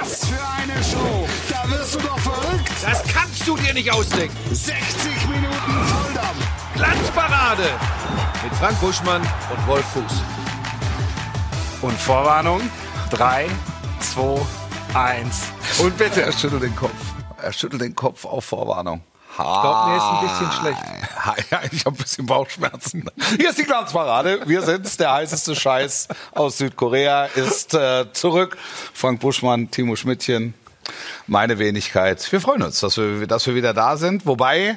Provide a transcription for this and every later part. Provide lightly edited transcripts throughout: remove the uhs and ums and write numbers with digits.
Was für eine Show. Da wirst du doch verrückt. Das kannst du dir nicht ausdenken. 60 Minuten Volldampf. Glanzparade mit Frank Buschmann und Wolf Fuß. Und Vorwarnung, 3, 2, 1. Und bitte, er schüttelt den Kopf. Er schüttelt den Kopf auf Vorwarnung. Ich glaube, mir ist ein bisschen schlecht. Ja, ich habe ein bisschen Bauchschmerzen. Hier ist die Glanzparade. Wir sind's. Der heißeste Scheiß aus Südkorea ist zurück. Frank Buschmann, Timo Schmidtchen, meine Wenigkeit. Wir freuen uns, dass wir wieder da sind. Wobei,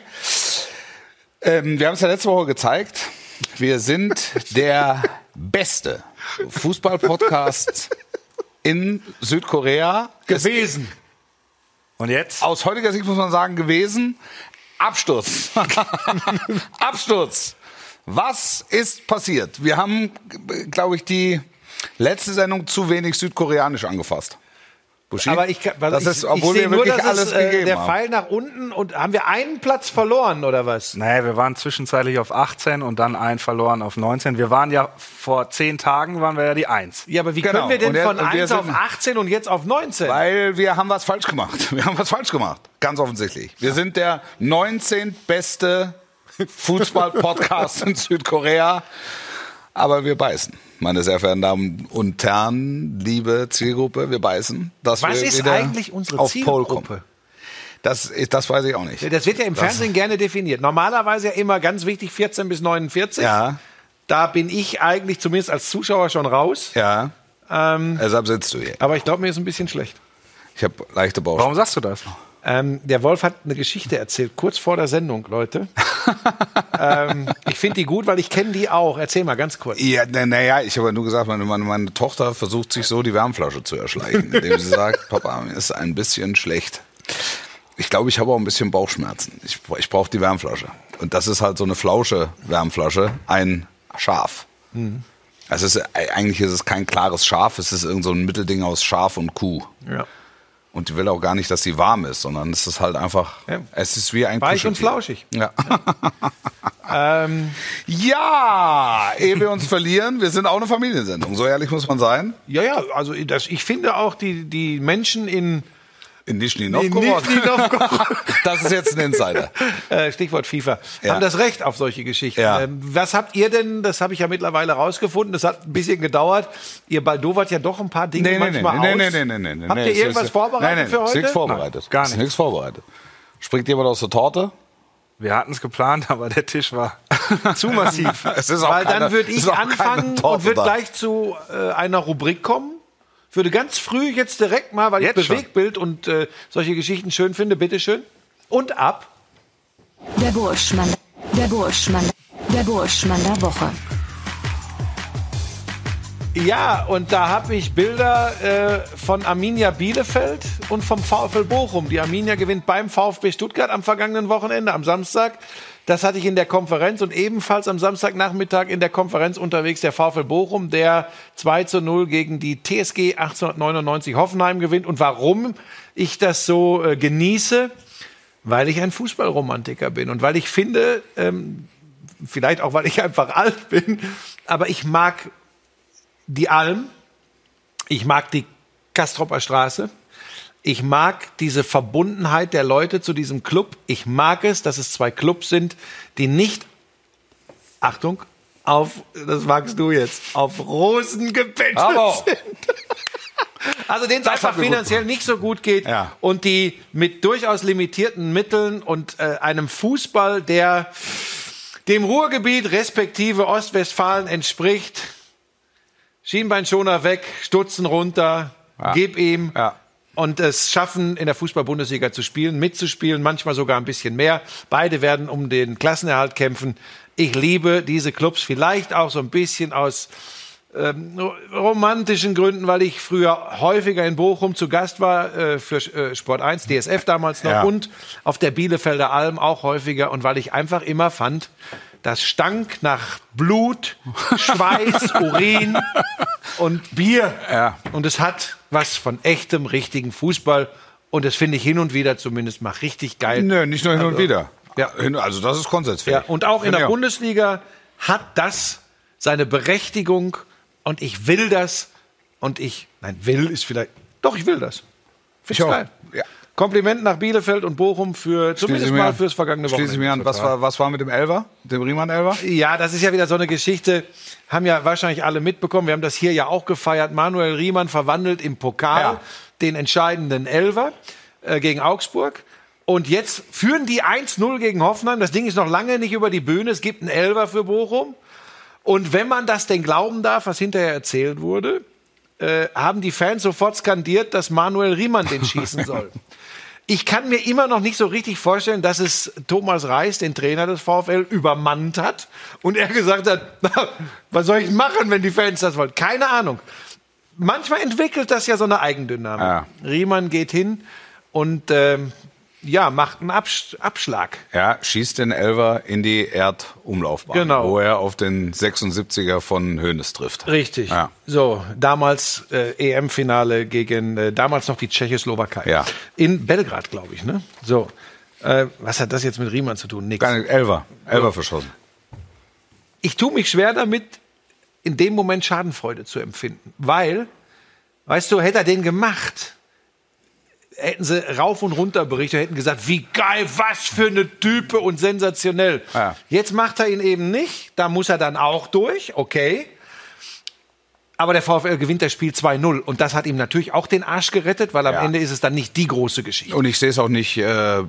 wir haben es ja letzte Woche gezeigt, wir sind der beste Fußball-Podcast in Südkorea Gewesen. Und jetzt? Aus heutiger Sicht muss man sagen, gewesen. Absturz. Absturz. Was ist passiert? Wir haben, glaube ich, die letzte Sendung zu wenig südkoreanisch angefasst. Buschi? Aber obwohl wir wirklich alles gegeben der haben. Pfeil nach unten und haben wir einen Platz verloren oder was? Naja, wir waren zwischenzeitlich auf 18 und dann einen verloren auf 19. Wir waren ja vor 10 Tagen waren wir ja die 1. Ja, aber wie Genau. können wir denn Und von wir 1 auf sind- 18 und jetzt auf 19? Weil wir haben was falsch gemacht. Wir haben was falsch gemacht. Ganz offensichtlich. Wir sind der 19. beste Fußball-Podcast in Südkorea. Aber wir beißen. Meine sehr verehrten Damen und Herren, liebe Zielgruppe, wir beißen. Dass Was wir ist wieder eigentlich unsere auf Pole Zielgruppe? kommen. Das weiß ich auch nicht. Das wird ja im Fernsehen gerne definiert. Normalerweise ja immer ganz wichtig 14 bis 49. Ja, Da bin ich eigentlich zumindest als Zuschauer schon raus. ja. Deshalb sitzt du hier. Aber ich glaube, mir ist ein bisschen schlecht. Ich habe leichte Bauchschmerzen. Warum sagst du das? Der Wolf hat eine Geschichte erzählt, kurz vor der Sendung, Leute. Ich finde die gut, weil ich kenne die auch. Erzähl mal ganz kurz. Ja, naja, ich habe nur gesagt, meine Tochter versucht sich so die Wärmflasche zu erschleichen, indem sie sagt, Papa, mir ist ein bisschen schlecht. Ich glaube, ich habe auch ein bisschen Bauchschmerzen. Ich brauche die Wärmflasche. Und das ist halt so eine flausche Wärmflasche, ein Schaf. Also eigentlich ist es kein klares Schaf, es ist irgend so ein Mittelding aus Schaf und Kuh. Ja. Und die will auch gar nicht, dass sie warm ist, sondern es ist halt einfach, Ja. es ist wie ein Weich und Kuscheltier. flauschig. Ja. Ja, ehe wir uns verlieren, wir sind auch eine Familiensendung, so ehrlich muss man sein. Ja, also ich finde auch die Menschen in In Nischni Novgorod. Das ist jetzt ein Insider. Stichwort FIFA, Ja. haben das Recht auf solche Geschichten. Ja. Was habt ihr denn, das habe ich ja mittlerweile rausgefunden, das hat ein bisschen gedauert, ihr baldowert ja doch ein paar Dinge manchmal aus. Nee. Habt ihr irgendwas vorbereitet für Ist heute? nichts vorbereitet. Gar Ist nichts. nichts vorbereitet. Springt jemand aus der Torte? Wir hatten es geplant, aber der Tisch war zu massiv. Es ist auch Weil dann würde es ist ich auch keine anfangen Torte und würde da. gleich zu einer Rubrik kommen. Ich würde ganz früh jetzt direkt mal, weil Jetzt ich schon? Bewegtbild und solche Geschichten schön finde, bitteschön. Und ab. Der Buschmann der Woche. Ja, und da habe ich Bilder von Arminia Bielefeld und vom VfL Bochum. Die Arminia gewinnt beim VfB Stuttgart am vergangenen Wochenende, am Samstag. Das hatte ich in der Konferenz und ebenfalls am Samstagnachmittag in der Konferenz unterwegs der VfL Bochum, der 2:0 gegen die TSG 1899 Hoffenheim gewinnt. Und warum ich das so genieße? Weil ich ein Fußballromantiker bin und weil ich finde, vielleicht auch, weil ich einfach alt bin, aber ich mag die Alm, ich mag die Kastropper Straße, ich mag diese Verbundenheit der Leute zu diesem Club. Ich mag es, dass es 2 Clubs sind, die nicht, Achtung, das magst du jetzt, auf Rosen gebettet Aber- sind. Also denen es Das einfach hat mir gut finanziell nicht so gut geht Ja. und die mit durchaus limitierten Mitteln und einem Fußball, der dem Ruhrgebiet respektive Ostwestfalen entspricht, Schienbeinschoner weg, Stutzen runter, gib ihm. Ja. Und es schaffen, in der Fußball-Bundesliga zu spielen, mitzuspielen, manchmal sogar ein bisschen mehr. Beide werden um den Klassenerhalt kämpfen. Ich liebe diese Clubs, vielleicht auch so ein bisschen aus romantischen Gründen, weil ich früher häufiger in Bochum zu Gast war für Sport 1, DSF damals noch, Ja. und auf der Bielefelder Alm auch häufiger. Und weil ich einfach immer fand, das stank nach Blut, Schweiß, Urin und Bier. Ja. Und es hat was von echtem, richtigen Fußball. Und das finde ich hin und wieder zumindest mal richtig geil. Nö, nicht nur hin und wieder. Ja. Also das ist grundsätzlich. Ja, und auch in Finde der ich Bundesliga hat das seine Berechtigung. Und ich will das. Und ich will ist vielleicht, doch, ich will das. Find's geil. Ja. Kompliment nach Bielefeld und Bochum zumindest mal fürs vergangene Wochenende. Schließe ich mir an. Was war mit dem Elfer? Dem Riemann-Elfer? Ja, das ist ja wieder so eine Geschichte, haben ja wahrscheinlich alle mitbekommen. Wir haben das hier ja auch gefeiert. Manuel Riemann verwandelt im Pokal den entscheidenden Elfer gegen Augsburg. Und jetzt führen die 1-0 gegen Hoffenheim. Das Ding ist noch lange nicht über die Bühne. Es gibt einen Elfer für Bochum. Und wenn man das denn glauben darf, was hinterher erzählt wurde, haben die Fans sofort skandiert, dass Manuel Riemann den schießen soll. Ich kann mir immer noch nicht so richtig vorstellen, dass es Thomas Reis, den Trainer des VfL, übermannt hat und er gesagt hat, was soll ich machen, wenn die Fans das wollen? Keine Ahnung. Manchmal entwickelt das ja so eine Eigendynamik. Ja. Riemann geht hin und macht einen Abschlag. Ja, schießt den Elfer in die Erdumlaufbahn, Genau. wo er auf den 76er von Hoeneß trifft. Richtig. Ja. So, damals EM-Finale gegen damals noch die Tschechoslowakei. Ja. In Belgrad, glaube ich, ne? So. Was hat das jetzt mit Riemann zu tun? Nix. Elfer verschossen. Ich tue mich schwer damit, in dem Moment Schadenfreude zu empfinden. Weil, weißt du, hätte er den gemacht, hätten sie rauf und runter berichtet, hätten gesagt, wie geil, was für eine Type und sensationell. Ja. Jetzt macht er ihn eben nicht, da muss er dann auch durch, okay. Aber der VfL gewinnt das Spiel 2-0 und das hat ihm natürlich auch den Arsch gerettet, weil am Ende ist es dann nicht die große Geschichte. Und ich sehe es auch nicht,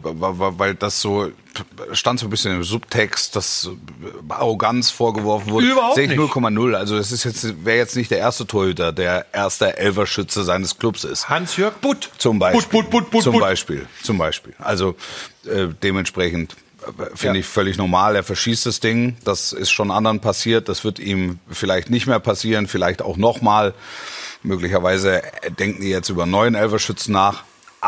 weil das so stand so ein bisschen im Subtext, dass Arroganz vorgeworfen wurde. Überhaupt sehe ich nicht. 0,0. Also das wäre jetzt nicht der erste Torhüter, der erster Elferschütze seines Clubs ist. Hans-Jörg Butt. Zum Beispiel. Butt. Zum Beispiel. Also dementsprechend finde ich völlig normal. Er verschießt das Ding. Das ist schon anderen passiert. Das wird ihm vielleicht nicht mehr passieren. Vielleicht auch nochmal. Möglicherweise denken die jetzt über einen neuen Elferschützen nach.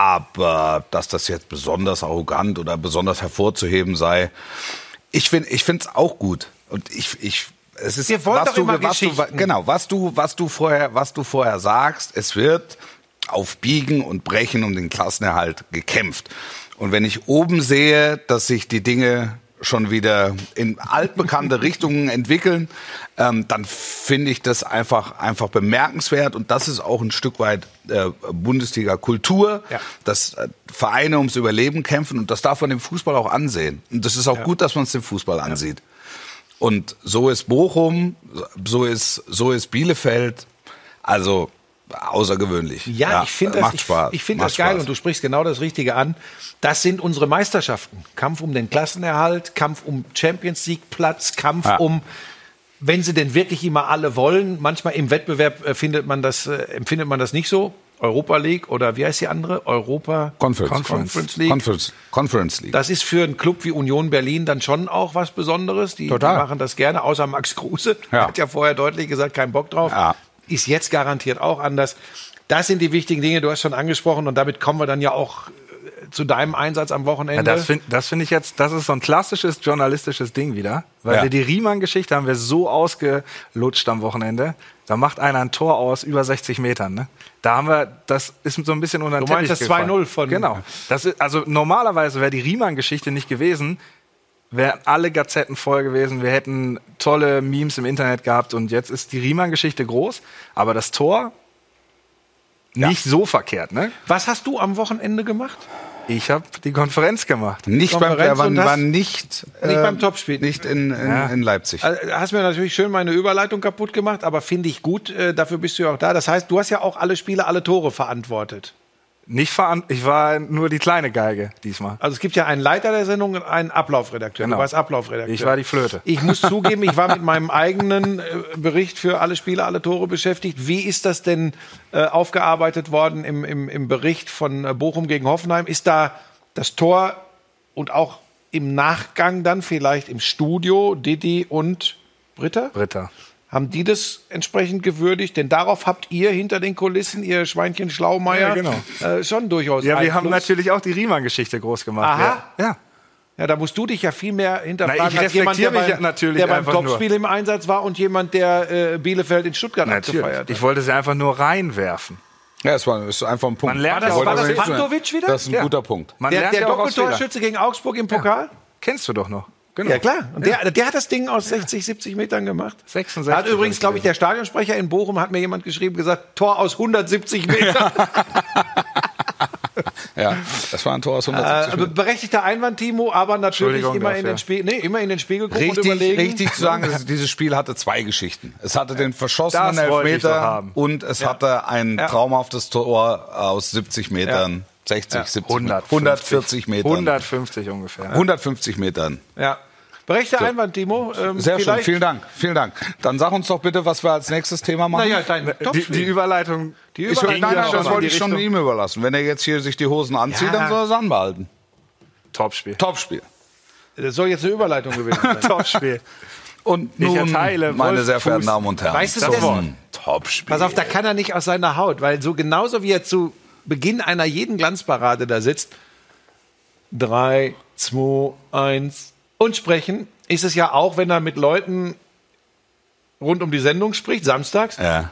Aber dass das jetzt besonders arrogant oder besonders hervorzuheben sei, ich finde es auch gut. Und es ist, Ihr wollt doch immer Geschichten. was du vorher sagst, es wird auf Biegen und Brechen um den Klassenerhalt gekämpft. Und wenn ich oben sehe, dass sich die Dinge schon wieder in altbekannte Richtungen entwickeln, dann finde ich das einfach bemerkenswert. Und das ist auch ein Stück weit Bundesliga-Kultur, dass Vereine ums Überleben kämpfen. Und das darf man dem Fußball auch ansehen. Und das ist auch gut, dass man es dem Fußball ansieht. Und so ist Bochum, so ist Bielefeld. Also außergewöhnlich. Ja, ich finde macht Spaß. Ich finde das geil und du sprichst genau das Richtige an. Das sind unsere Meisterschaften. Kampf um den Klassenerhalt, Kampf um Champions-League-Platz, Kampf um, wenn sie denn wirklich immer alle wollen. Manchmal im Wettbewerb empfindet man das nicht so. Europa League oder wie heißt die andere? Conference League. Das ist für einen Club wie Union Berlin dann schon auch was Besonderes. Die machen das gerne, außer Max Kruse. Der hat ja vorher deutlich gesagt, kein Bock drauf. Ja. Ist jetzt garantiert auch anders. Das sind die wichtigen Dinge, du hast schon angesprochen und damit kommen wir dann ja auch zu deinem Einsatz am Wochenende. Ja, das finde ich jetzt, das ist so ein klassisches journalistisches Ding wieder, weil wir die Riemann-Geschichte haben wir so ausgelutscht am Wochenende. Da macht einer ein Tor aus über 60 Metern. Ne? Da haben wir, das ist so ein bisschen unter den Teppich gefallen. Du meinst das 2-0 von... Genau. Das ist, also normalerweise wäre die Riemann-Geschichte nicht gewesen, wären alle Gazetten voll gewesen, wir hätten tolle Memes im Internet gehabt und jetzt ist die Riemann-Geschichte groß, aber das Tor nicht so verkehrt. Ne? Was hast du am Wochenende gemacht? Ich habe die Konferenz gemacht. Nicht beim Topspiel. Nicht in Leipzig. Also, hast mir natürlich schön meine Überleitung kaputt gemacht, aber finde ich gut, dafür bist du ja auch da. Das heißt, du hast ja auch alle Spiele, alle Tore verantwortet. Ich war nur die kleine Geige diesmal. Also es gibt ja einen Leiter der Sendung und einen Ablaufredakteur. Genau. Du warst Ablaufredakteur. Ich war die Flöte. Ich muss zugeben, ich war mit meinem eigenen Bericht für alle Spiele, alle Tore beschäftigt. Wie ist das denn aufgearbeitet worden im Bericht von Bochum gegen Hoffenheim? Ist da das Tor und auch im Nachgang dann vielleicht im Studio Didi und Britta? Haben die das entsprechend gewürdigt? Denn darauf habt ihr hinter den Kulissen, ihr Schweinchen Schlaumeier, schon durchaus Ja, wir Einfluss. haben natürlich auch die Riemann-Geschichte groß gemacht. Aha. Ja, da musst du dich ja viel mehr hinterfragen, ich als jemand, der reflektiere mich beim einfach Topspiel im Einsatz war und jemand, der Bielefeld in Stuttgart abgefeiert hat. Ich wollte sie einfach nur reinwerfen. Ja, es ist einfach ein Punkt. Man lernt war das Pantovic wieder? Das ist ein guter Punkt. Der Doppeltorschütze gegen Augsburg im Pokal? Kennst du doch noch. Genau. Ja, klar. Und der hat das Ding aus 60, 70 Metern gemacht. 66. Hat übrigens, glaube ich, der Stadionsprecher in Bochum, hat mir jemand geschrieben, gesagt, Tor aus 170 Metern. Ja, das war ein Tor aus 170 Metern. Berechtigter Einwand, Timo, aber natürlich Entschuldigung immer in den Spiegel gucken und überlegen. Richtig zu sagen, dieses Spiel hatte zwei Geschichten. Es hatte den verschossenen Das wollte ich doch Elfmeter haben. und es hatte ein traumhaftes Tor aus 70 Metern. 60, 70, 140 Metern. 150 ungefähr. 150 Metern. Ja. Berechtigter Einwand, Timo. Sehr schön, vielen Dank, vielen Dank. Dann sag uns doch bitte, was wir als nächstes Thema machen. Naja, dein Topspiel. Die Überleitung. Nein, das wollte ich schon ihm überlassen. Wenn er jetzt hier sich die Hosen anzieht, dann soll er es anbehalten. Topspiel. Topspiel. Das soll jetzt eine Überleitung gewesen sein. Topspiel. Und Ich nun, erteile meine sehr Wolf verehrten Fuß. Damen und Herren, Weißt du zum denn- Topspiel. Pass auf, da kann er nicht aus seiner Haut, weil so genauso wie er zu Beginn einer jeden Glanzparade da sitzt, 3, 2, 1 und sprechen, ist es ja auch, wenn er mit Leuten rund um die Sendung spricht, samstags, Ja,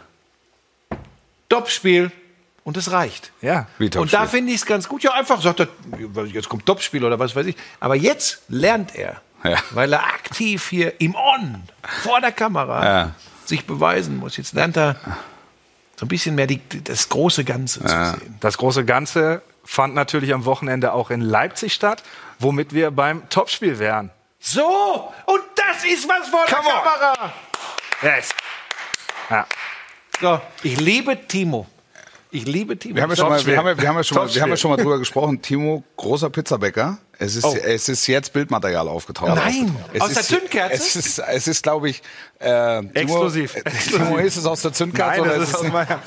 Topspiel und es reicht. Ja. wie Und Topspiel. da finde ich es ganz gut. Ja, einfach sagt er, jetzt kommt Topspiel oder was weiß ich. Aber jetzt lernt er, Ja. weil er aktiv hier im On, vor der Kamera, sich beweisen muss. Jetzt lernt er so ein bisschen mehr das große Ganze zu sehen. Das große Ganze fand natürlich am Wochenende auch in Leipzig statt, womit wir beim Topspiel wären. So, und das ist was vor der Come on. Kamera. Yes. Ja. So, ich liebe Timo. Ich liebe Timo. Wir haben ja schon mal drüber gesprochen. Timo, großer Pizzabäcker. Es ist jetzt Bildmaterial aufgetaucht. Nein, Es aus der ist- Zündkerze? Es ist, glaube ich, Exklusiv. Timo, ist es aus der Zündkerze Nein, oder das ist aus meiner.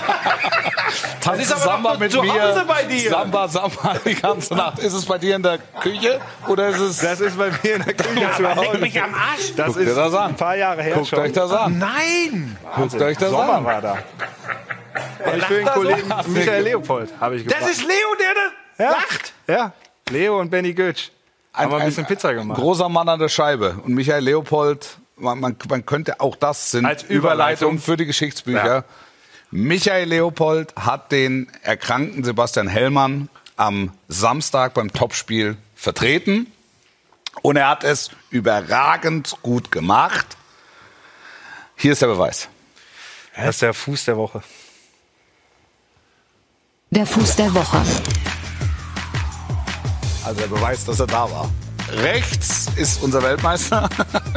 Das ist aber Samba doch mit zu mir? Hause bei dir. Samba die ganze Nacht. Ist es bei dir in der Küche oder ist es? Das ist bei mir in der Küche zu Hause. Leck mich am Arsch. Das Guckt ihr ist das an? ein paar Jahre her Guckt schon. euch das an. Nein, Guckt euch das Sommer an. war da. Und ich für den Kollegen Michael Leopold habe ich das gebracht. ist Leo, der da lacht. Ja, Leo und Benny Götsch. Haben wir ein bisschen Pizza gemacht. Großer Mann an der Scheibe. Und Michael Leopold, man könnte auch das sind Als Überleitung für die Geschichtsbücher. Ja. Michael Leopold hat den erkrankten Sebastian Hellmann am Samstag beim Topspiel vertreten. Und er hat es überragend gut gemacht. Hier ist der Beweis. Das ist der Fuß der Woche. Der Fuß der Woche. Also der Beweis, dass er da war. Rechts ist unser Weltmeister.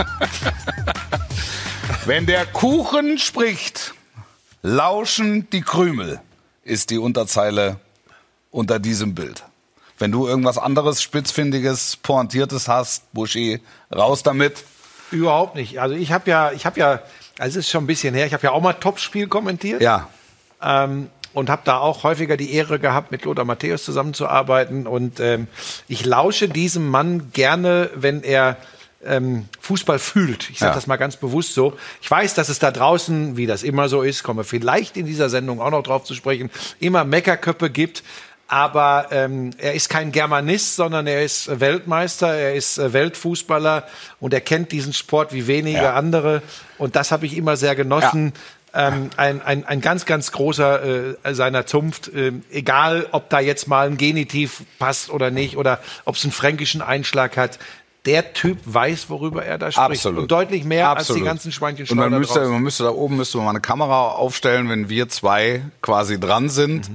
Wenn der Kuchen spricht, lauschen die Krümel, ist die Unterzeile unter diesem Bild. Wenn du irgendwas anderes, Spitzfindiges, Pointiertes hast, Buschi, raus damit. Überhaupt nicht. Also ich habe ja, also es ist schon ein bisschen her, ich habe ja auch mal Topspiel kommentiert. Ja, Und habe da auch häufiger die Ehre gehabt, mit Lothar Matthäus zusammenzuarbeiten. Und ich lausche diesem Mann gerne, wenn er Fußball fühlt. Ich sage das mal ganz bewusst so. Ich weiß, dass es da draußen, wie das immer so ist, kommen wir vielleicht in dieser Sendung auch noch drauf zu sprechen, immer Meckerköpfe gibt. Aber er ist kein Germanist, sondern er ist Weltmeister, er ist Weltfußballer und er kennt diesen Sport wie wenige andere. Und das habe ich immer sehr genossen. Ein ganz, ganz großer seiner Zunft, egal ob da jetzt mal ein Genitiv passt oder nicht oder ob es einen fränkischen Einschlag hat. Der Typ weiß, worüber er da spricht. Absolut. Und deutlich mehr als Absolut. die ganzen Schweinchen. Und man müsste da oben müsste man eine Kamera aufstellen, wenn wir zwei quasi dran sind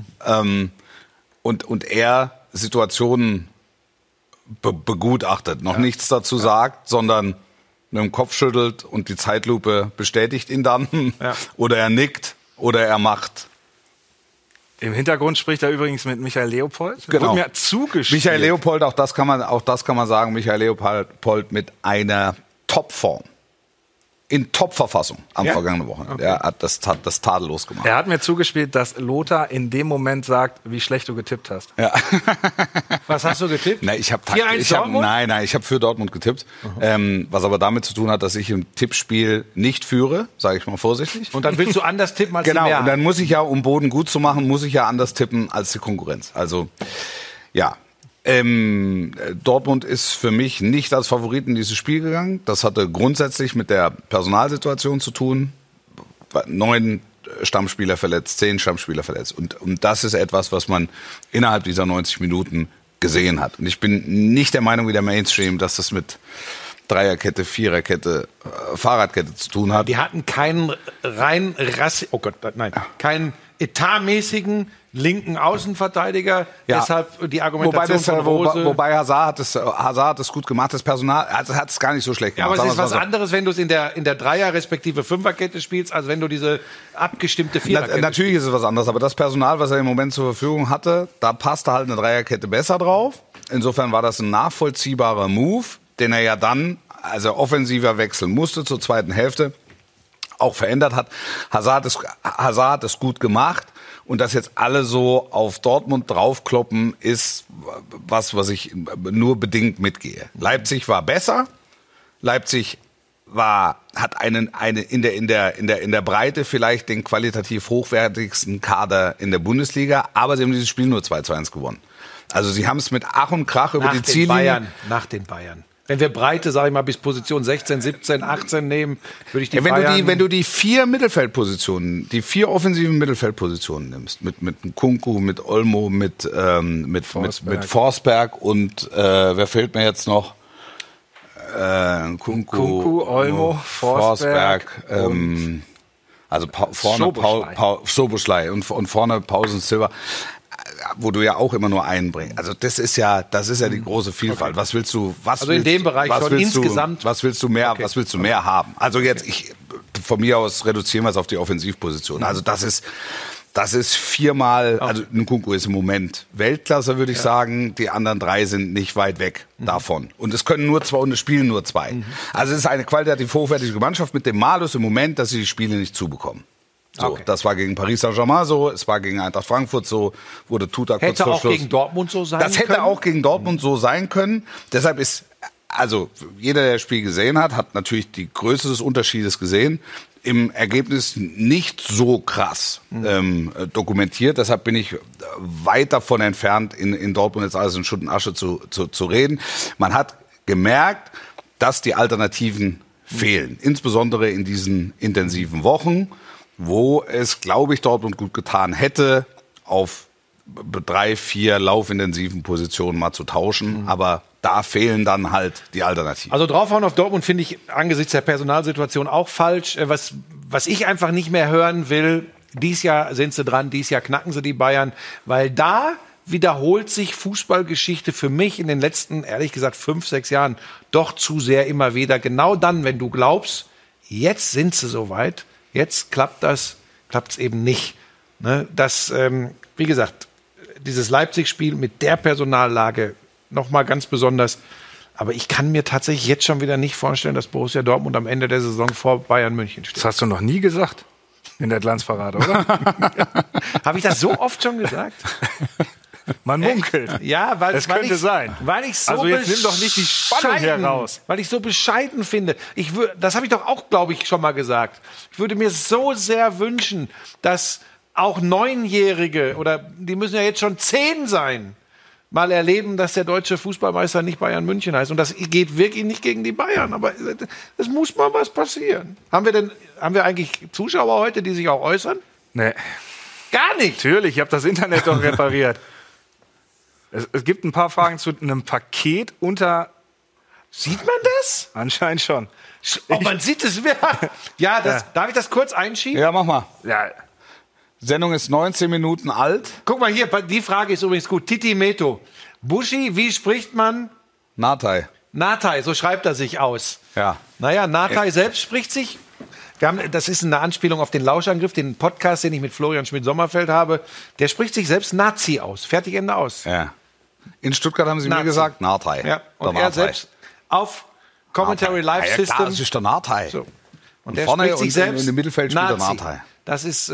und er Situationen begutachtet, noch nichts dazu sagt, sondern mit dem Kopf schüttelt und die Zeitlupe bestätigt ihn dann oder er nickt oder er macht. Im Hintergrund spricht er übrigens mit Michael Leopold. Genau. Wurde mir zugespielt. Michael Leopold, auch das kann man sagen, Michael Leopold mit einer Topform. In Top-Verfassung am vergangenen Wochenende. Er hat das tadellos gemacht. Er hat mir zugespielt, dass Lothar in dem Moment sagt, wie schlecht du getippt hast. Ja. Was hast du getippt? Nein, ich habe 4-1 Dortmund? ich habe für Dortmund getippt. Was aber damit zu tun hat, dass ich im Tippspiel nicht führe, sage ich mal vorsichtig. Und dann willst du anders tippen als die Genau, Mehrheit. und dann muss ich ja, um Boden gut zu machen, muss ich ja anders tippen als die Konkurrenz. Also, ja. Dortmund ist für mich nicht als Favorit in dieses Spiel gegangen. Das hatte grundsätzlich mit der Personalsituation zu tun. 9 Stammspieler verletzt, 10 Stammspieler verletzt. Und das ist etwas, was man innerhalb dieser 90 Minuten gesehen hat. Und ich bin nicht der Meinung wie der Mainstream, dass das mit Dreierkette, Viererkette, Fahrradkette zu tun hat. Die hatten keinen keinen etatmäßigen linken Außenverteidiger. Ja. Deshalb die Argumentation von Rose. Wobei Hazard hat es gut gemacht, das Personal hat es gar nicht so schlecht Ja, gemacht. aber es ist sagen was wir mal so. anderes, wenn du es in der Dreier- respektive Fünferkette spielst, als wenn du diese abgestimmte Viererkette Natürlich ist es was anderes, aber das Personal, was er im Moment zur Verfügung hatte, da passte halt eine Dreierkette besser drauf. Insofern war das ein nachvollziehbarer Move, den er ja dann, als er offensiver wechseln musste zur zweiten Hälfte, auch verändert hat. Hazard ist gut gemacht. Und das jetzt alle so auf Dortmund draufkloppen, ist was ich nur bedingt mitgehe. Leipzig war besser. Leipzig hat in der Breite vielleicht den qualitativ hochwertigsten Kader in der Bundesliga, aber sie haben dieses Spiel nur 2-1 gewonnen. Also sie haben es mit Ach und Krach über die Ziellinie. Nach den Bayern. Wenn wir Breite, sage ich mal, bis Position 16, 17, 18 nehmen, würde ich die wenn du die vier Mittelfeldpositionen, die vier offensiven Mittelfeldpositionen nimmst, mit Nkunku, mit Olmo, mit Forsberg und wer fehlt mir jetzt noch? Nkunku, Olmo, Forsberg also vorne Szoboszlai und vorne Pausen Silva, wo du ja auch immer nur einen bringst. Also das ist ja die große Vielfalt. Okay. Was willst du? In dem Bereich schon insgesamt. Was willst du mehr haben? Also jetzt von mir aus reduzieren wir es auf die Offensivposition. Also das ist viermal. Also Nkunku ist im Moment Weltklasse, würde ich sagen. Die anderen drei sind nicht weit weg davon. Und es können nur zwei und es spielen nur zwei. Also es ist eine qualitativ hochwertige Mannschaft mit dem Malus im Moment, dass sie die Spiele nicht zubekommen. So, das war gegen Paris Saint-Germain so, es war gegen Eintracht Frankfurt so, wurde Tuta kurz vor Schluss. Hätte auch gegen Dortmund so sein können? Das hätte auch gegen Dortmund so sein können. Deshalb ist, also jeder, der das Spiel gesehen hat natürlich die Größe des Unterschiedes gesehen. Im Ergebnis nicht so krass dokumentiert. Deshalb bin ich weit davon entfernt, in Dortmund jetzt alles in Schutt und Asche zu reden. Man hat gemerkt, dass die Alternativen fehlen. Insbesondere in diesen intensiven Wochen, wo es, glaube ich, Dortmund gut getan hätte, auf 3, 4 laufintensiven Positionen mal zu tauschen. Aber da fehlen dann halt die Alternativen. Also draufhauen auf Dortmund finde ich angesichts der Personalsituation auch falsch. Was ich einfach nicht mehr hören will, dies Jahr sind sie dran, dies Jahr knacken sie die Bayern, weil da wiederholt sich Fußballgeschichte für mich in den letzten, ehrlich gesagt, 5, 6 Jahren doch zu sehr immer wieder. Genau dann, wenn du glaubst, jetzt sind sie soweit, jetzt klappt es eben nicht. Ne? Das, wie gesagt, dieses Leipzig-Spiel mit der Personallage nochmal ganz besonders. Aber ich kann mir tatsächlich jetzt schon wieder nicht vorstellen, dass Borussia Dortmund am Ende der Saison vor Bayern München steht. Das hast du noch nie gesagt in der Glanzparade, oder? Habe ich das so oft schon gesagt? Man munkelt. Ja, weil das könnte sein. Weil ich so also jetzt nimm doch nicht die Spannung heraus. Weil ich so bescheiden finde. Das habe ich doch auch, glaube ich, schon mal gesagt. Ich würde mir so sehr wünschen, dass auch 9-Jährige, oder die müssen ja jetzt schon 10 sein, mal erleben, dass der deutsche Fußballmeister nicht Bayern München heißt. Und das geht wirklich nicht gegen die Bayern. Aber es muss mal was passieren. Haben wir eigentlich Zuschauer heute, die sich auch äußern? Nee. Gar nicht. Natürlich, ich habe das Internet doch repariert. Es gibt ein paar Fragen zu einem Paket unter... Sieht man das? Anscheinend schon. Oh, man sieht es. Ja, darf ich das kurz einschieben? Ja, mach mal. Ja. Sendung ist 19 Minuten alt. Guck mal hier, die Frage ist übrigens gut. Titi Meto. Buschi, wie spricht man? Natai. Natai, so schreibt er sich aus. Ja. Naja, Natai selbst spricht sich... Das ist eine Anspielung auf den Lauschangriff, den Podcast, den ich mit Florian Schmidt-Sommerfeld habe. Der spricht sich selbst Nazi aus. Fertig, Ende aus. Ja. In Stuttgart haben sie mir gesagt, Natai. Ja. Und er selbst auf Commentary Live System. Ja, das ist der Natai. So. Und der spricht sich selbst in dem Mittelfeld spielt der Natai. Das ist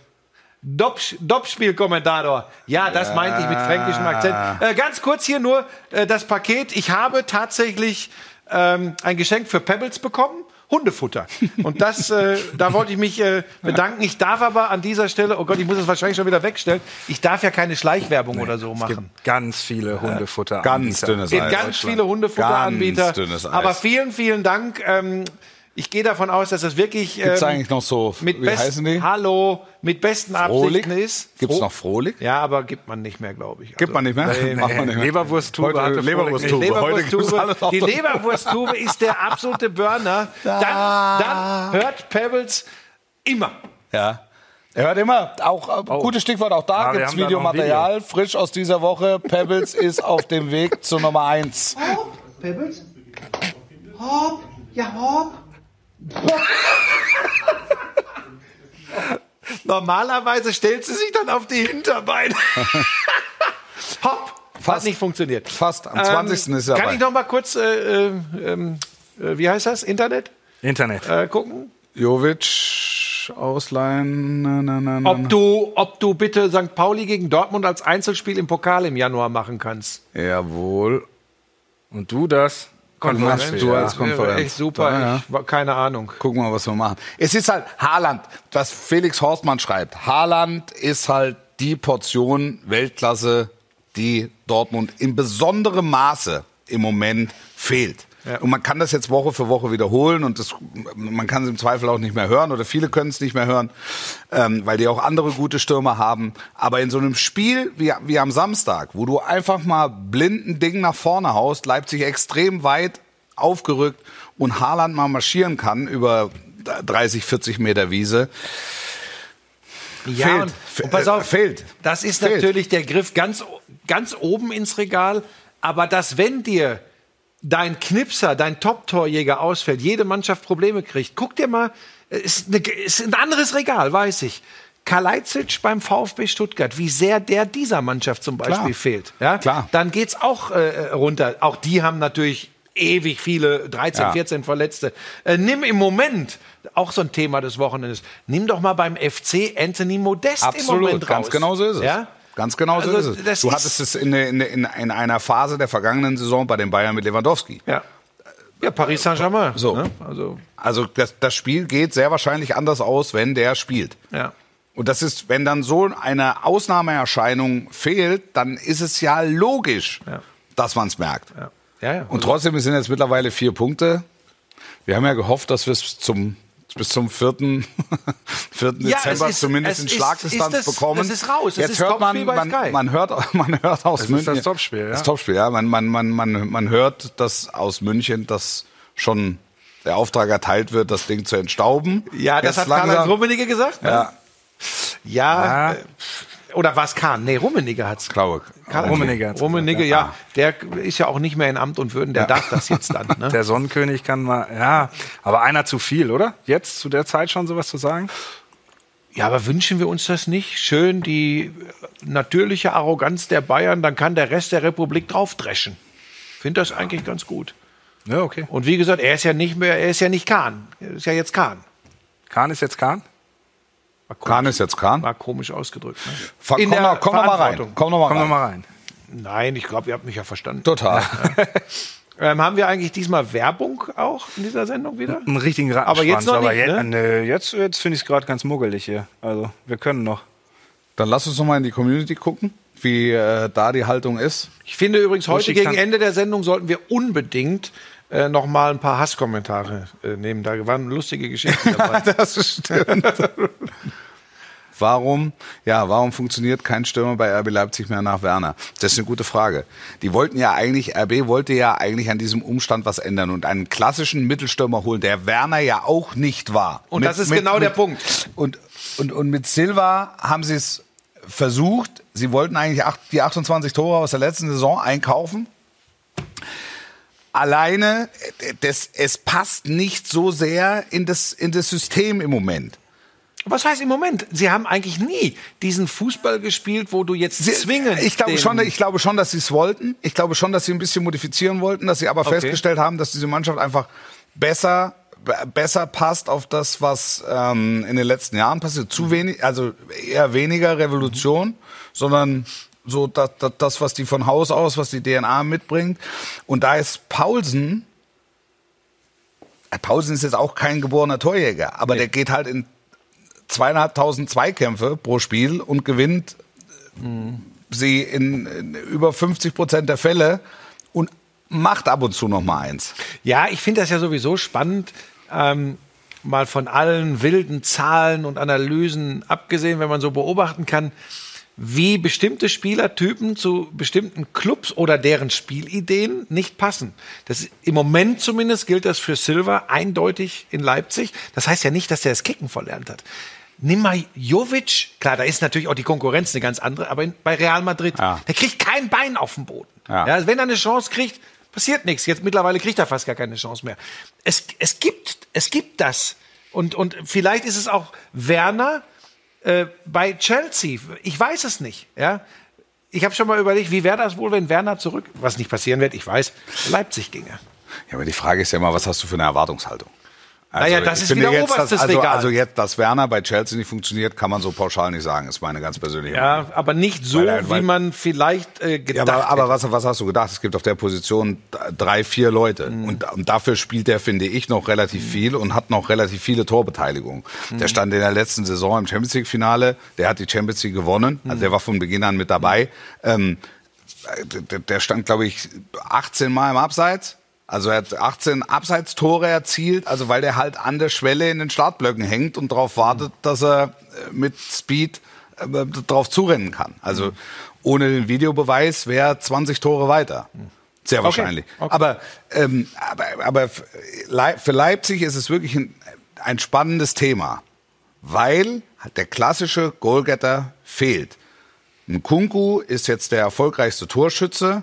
Doppspielkommentator. Ja, das meinte ich mit fränkischem Akzent. Ganz kurz hier nur das Paket. Ich habe tatsächlich ein Geschenk für Pebbles bekommen. Hundefutter. Und das, da wollte ich mich bedanken. Ich darf aber an dieser Stelle, oh Gott, ich muss es wahrscheinlich schon wieder wegstellen, ich darf ja keine Schleichwerbung oder so machen. Es gibt ganz viele Hundefutter. Ganz dünnes Eis. Ganz viele Hundefutteranbieter. Aber vielen, vielen Dank. Ich gehe davon aus, dass das wirklich gibt's eigentlich noch so, wie heißen die? Hallo, mit besten Absichten ist. Gibt es noch Frohlich? Ja, aber gibt man nicht mehr, glaube ich. Gibt man nicht mehr? Macht man nicht mehr. Leberwursttube hatte Leberwursttube. Die Leberwursttube ist der absolute Burner. Dann hört Pebbles immer. Ja. Er hört immer, auch gutes Stichwort, auch da Ja, wir gibt's haben da noch ein Videomaterial, frisch aus dieser Woche. Pebbles ist auf dem Weg zur Nummer 1. Pebbles? Hopp, ja hopp. Normalerweise stellt sie sich dann auf die Hinterbeine. Hopp. Hat nicht funktioniert. Fast, am 20. ist er Kann dabei. ich noch mal kurz, wie heißt das? Internet? Gucken? Jovic, ausleihen. Ob du bitte St. Pauli gegen Dortmund als Einzelspiel im Pokal im Januar machen kannst. Jawohl. Und du das? Konferenz. Du als Konferenz. Echt super. Ja. Keine Ahnung. Gucken wir mal, was wir machen. Es ist halt Haaland, was Felix Horstmann schreibt. Haaland ist halt die Portion Weltklasse, die Dortmund in besonderem Maße im Moment fehlt. Ja. Und man kann das jetzt Woche für Woche wiederholen und man kann es im Zweifel auch nicht mehr hören oder viele können es nicht mehr hören, weil die auch andere gute Stürmer haben. Aber in so einem Spiel wie am Samstag, wo du einfach mal blinden Ding nach vorne haust, Leipzig extrem weit aufgerückt und Haaland mal marschieren kann über 30, 40 Meter Wiese. Ja, Fehlt. und pass auf, Fehlt. Das ist Fehlt. natürlich der Griff ganz oben ins Regal, aber dass, wenn dir dein Knipser, dein Top-Torjäger ausfällt, jede Mannschaft Probleme kriegt. Guck dir mal, ist ein anderes Regal, weiß ich. Kalajdzic beim VfB Stuttgart, wie sehr der dieser Mannschaft zum Beispiel fehlt. Ja? Klar. Dann geht's auch runter. Auch die haben natürlich ewig viele, 13, 14 Verletzte. Nimm im Moment, auch so ein Thema des Wochenendes, nimm doch mal beim FC Anthony Modest im Moment raus. Ganz genau so ist es. Ja? Ganz genau so Also, ist es. das Du ist- hattest es in einer Phase der vergangenen Saison bei den Bayern mit Lewandowski. Ja. Ja, Paris Saint-Germain. So. Ne? Also das Spiel geht sehr wahrscheinlich anders aus, wenn der spielt. Ja. Und das ist, wenn dann so eine Ausnahmeerscheinung fehlt, dann ist es ja logisch, dass man es merkt. Ja. Ja. Und trotzdem sind jetzt mittlerweile 4 Punkte. Wir haben ja gehofft, dass wir es bis zum 4. Dezember zumindest in Schlagdistanz bekommen. Das ist raus. Jetzt ist hört Topspiel bei Sky. man hört aus Das München. ist das Topspiel, ja. Das Topspiel, ja. Man hört, dass aus München, dass schon der Auftrag erteilt wird, das Ding zu entstauben. Ja, das Jetzt hat Karl-Heinz Rummenigge gesagt. Ne? Ja, Ja. Oder was Kahn? Nee, Rummenigge hat's. glaube ich. Rummenigge, ja. Der ist ja auch nicht mehr in Amt und Würden, der darf das jetzt dann. Ne? Der Sonnenkönig kann mal, aber einer zu viel, oder? Jetzt zu der Zeit schon sowas zu sagen? Ja, aber wünschen wir uns das nicht? Schön die natürliche Arroganz der Bayern, dann kann der Rest der Republik draufdreschen. Finde das eigentlich ganz gut. Ja, okay. Und wie gesagt, er ist ja nicht Kahn. Er ist ja jetzt Kahn. Kahn ist jetzt Kahn? Kahn ist jetzt Kahn. War komisch ausgedrückt. Ne? Komm In der noch mal rein. Verantwortung. Komm noch mal rein. rein. Nein, ich glaube, ihr habt mich ja verstanden. Total. Haben wir eigentlich diesmal Werbung auch in dieser Sendung wieder? Einen richtigen Rattenschwanz. Aber jetzt noch nicht, ne? Nö, jetzt finde ich es gerade ganz muggelig hier. Also, wir können noch. Dann lass uns noch mal in die Community gucken, wie da die Haltung ist. Ich finde übrigens, heute Uschi gegen kann- Ende der Sendung sollten wir unbedingt noch mal ein paar Hasskommentare nehmen. Da waren lustige Geschichten dabei. Das stimmt. Warum funktioniert kein Stürmer bei RB Leipzig mehr nach Werner? Das ist eine gute Frage. RB wollte ja eigentlich an diesem Umstand was ändern und einen klassischen Mittelstürmer holen, der Werner ja auch nicht war. Und das ist genau der Punkt. Und mit Silva haben sie es versucht. Sie wollten eigentlich die 28 Tore aus der letzten Saison einkaufen. Alleine, es passt nicht so sehr in das System im Moment. Was heißt im Moment? Sie haben eigentlich nie diesen Fußball gespielt, wo du jetzt zwingend... Ich glaube schon, dass sie es wollten. Ich glaube schon, dass sie ein bisschen modifizieren wollten, dass sie aber festgestellt haben, dass diese Mannschaft einfach besser passt auf das, was in den letzten Jahren passiert. Zu wenig, also eher weniger Revolution, sondern so das, was die von Haus aus, was die DNA mitbringt. Und da ist Paulsen ist jetzt auch kein geborener Torjäger, aber der geht halt in 2.500 Zweikämpfe pro Spiel und gewinnt sie in über 50% der Fälle und macht ab und zu noch mal eins. Ja, ich finde das ja sowieso spannend, mal von allen wilden Zahlen und Analysen abgesehen, wenn man so beobachten kann, wie bestimmte Spielertypen zu bestimmten Clubs oder deren Spielideen nicht passen. Im Moment zumindest gilt das für Silva eindeutig in Leipzig. Das heißt ja nicht, dass er das Kicken verlernt hat. nimm mal Jovic, klar, da ist natürlich auch die Konkurrenz eine ganz andere, aber bei Real Madrid, der kriegt kein Bein auf den Boden. Ja. Ja, wenn er eine Chance kriegt, passiert nichts. Jetzt mittlerweile kriegt er fast gar keine Chance mehr. Es gibt das. Und vielleicht ist es auch Werner bei Chelsea. Ich weiß es nicht. Ja? Ich habe schon mal überlegt, wie wäre das wohl, wenn Werner was nicht passieren wird, ich weiß, Leipzig ginge. Ja, aber die Frage ist ja immer, was hast du für eine Erwartungshaltung? Also, naja, das ist wieder oberstes Regal. Also jetzt, dass Werner bei Chelsea nicht funktioniert, kann man so pauschal nicht sagen. Ist meine ganz persönliche Meinung. Ja, aber nicht so, wie man vielleicht gedacht hat. Aber was hast du gedacht? Es gibt auf der Position 3, 4 Leute. Und dafür spielt der, finde ich, noch relativ viel und hat noch relativ viele Torbeteiligungen. Der stand in der letzten Saison im Champions League-Finale. Der hat die Champions League gewonnen. Also der war von Beginn an mit dabei. Der stand, glaube ich, 18 Mal im Abseits. Also er hat 18 Abseitstore erzielt, also weil der halt an der Schwelle in den Startblöcken hängt und darauf wartet, dass er mit Speed drauf zurennen kann. Also ohne den Videobeweis wäre 20 Tore weiter. Sehr wahrscheinlich. Okay. Aber für Leipzig ist es wirklich ein spannendes Thema, weil der klassische Goalgetter fehlt. Nkunku ist jetzt der erfolgreichste Torschütze.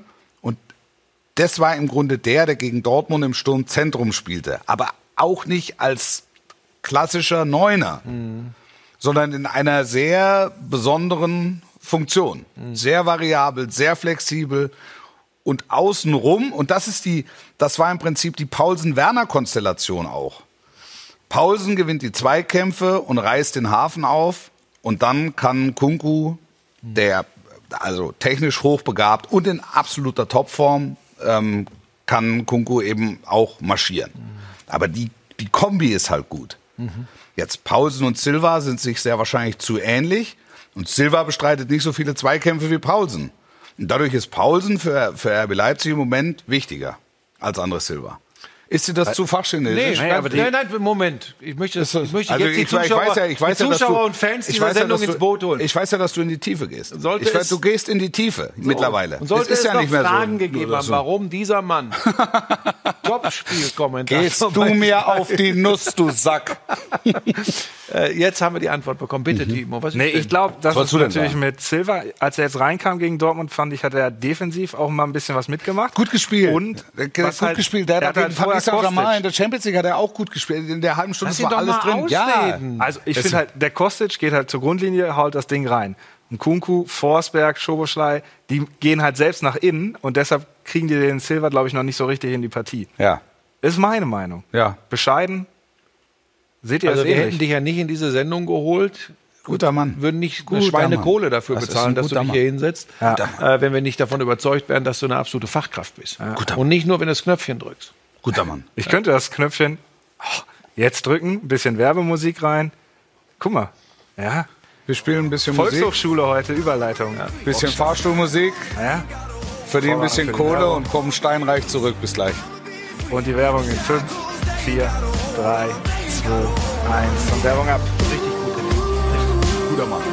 Das war im Grunde der gegen Dortmund im Sturmzentrum spielte. Aber auch nicht als klassischer Neuner, sondern in einer sehr besonderen Funktion. Sehr variabel, sehr flexibel und außenrum. Und das war im Prinzip die Paulsen-Werner-Konstellation auch. Paulsen gewinnt die Zweikämpfe und reißt den Hafen auf. Und dann kann Nkunku, der also technisch hochbegabt und in absoluter Topform, kann Nkunku eben auch marschieren. Aber die Kombi ist halt gut. Jetzt Paulsen und Silva sind sich sehr wahrscheinlich zu ähnlich und Silva bestreitet nicht so viele Zweikämpfe wie Paulsen. Und dadurch ist Paulsen für RB Leipzig im Moment wichtiger als André Silva. Ist dir das zu fachchinesisch? Nein, Moment. Ich möchte jetzt die Zuschauer und Fans dieser Sendung ins Boot holen. Ich weiß ja, dass du in die Tiefe gehst. Du gehst in die Tiefe mittlerweile. Und sollte es ja nicht mehr Fragen gegeben haben, warum dieser Mann Top-Spielkommentator... Gehst du mir auf die Nuss, du Sack. Jetzt haben wir die Antwort bekommen. Bitte, Timo. Ich glaube, das ist natürlich mit Silva, als er jetzt reinkam gegen Dortmund, fand ich, hat er defensiv auch mal ein bisschen was mitgemacht. Gut gespielt. Und gespielt. Der hat in der Champions League hat er auch gut gespielt. In der halben Stunde war alles drin. Ja. Also ich finde halt, der Kostic geht halt zur Grundlinie, haut das Ding rein. Nkunku, Forsberg, Szoboszlai, die gehen halt selbst nach innen und deshalb kriegen die den Silva, glaube ich, noch nicht so richtig in die Partie. Ja. Ist meine Meinung. Ja. Bescheiden. Seht ihr das wir ähnlich? hätten dich ja nicht in diese Sendung geholt. Guter Mann. Würden nicht eine Schweinekohle dafür bezahlen, dass du dich hier hinsetzt, wenn wir nicht davon überzeugt wären, dass du eine absolute Fachkraft bist. Ja. Und nicht nur, wenn du das Knöpfchen drückst. Guter Mann. Ich könnte das Knöpfchen jetzt drücken, ein bisschen Werbemusik rein. Guck mal. Ja. Wir spielen ein bisschen Volkshochschule heute, Überleitung. Ein bisschen Fahrstuhlmusik. Ja. Verdienen ein bisschen Kohle und kommen steinreich zurück. Bis gleich. Und die Werbung in 5, 4, 3, 2, 1. Und Werbung ab. Richtig gut. Guter Mann.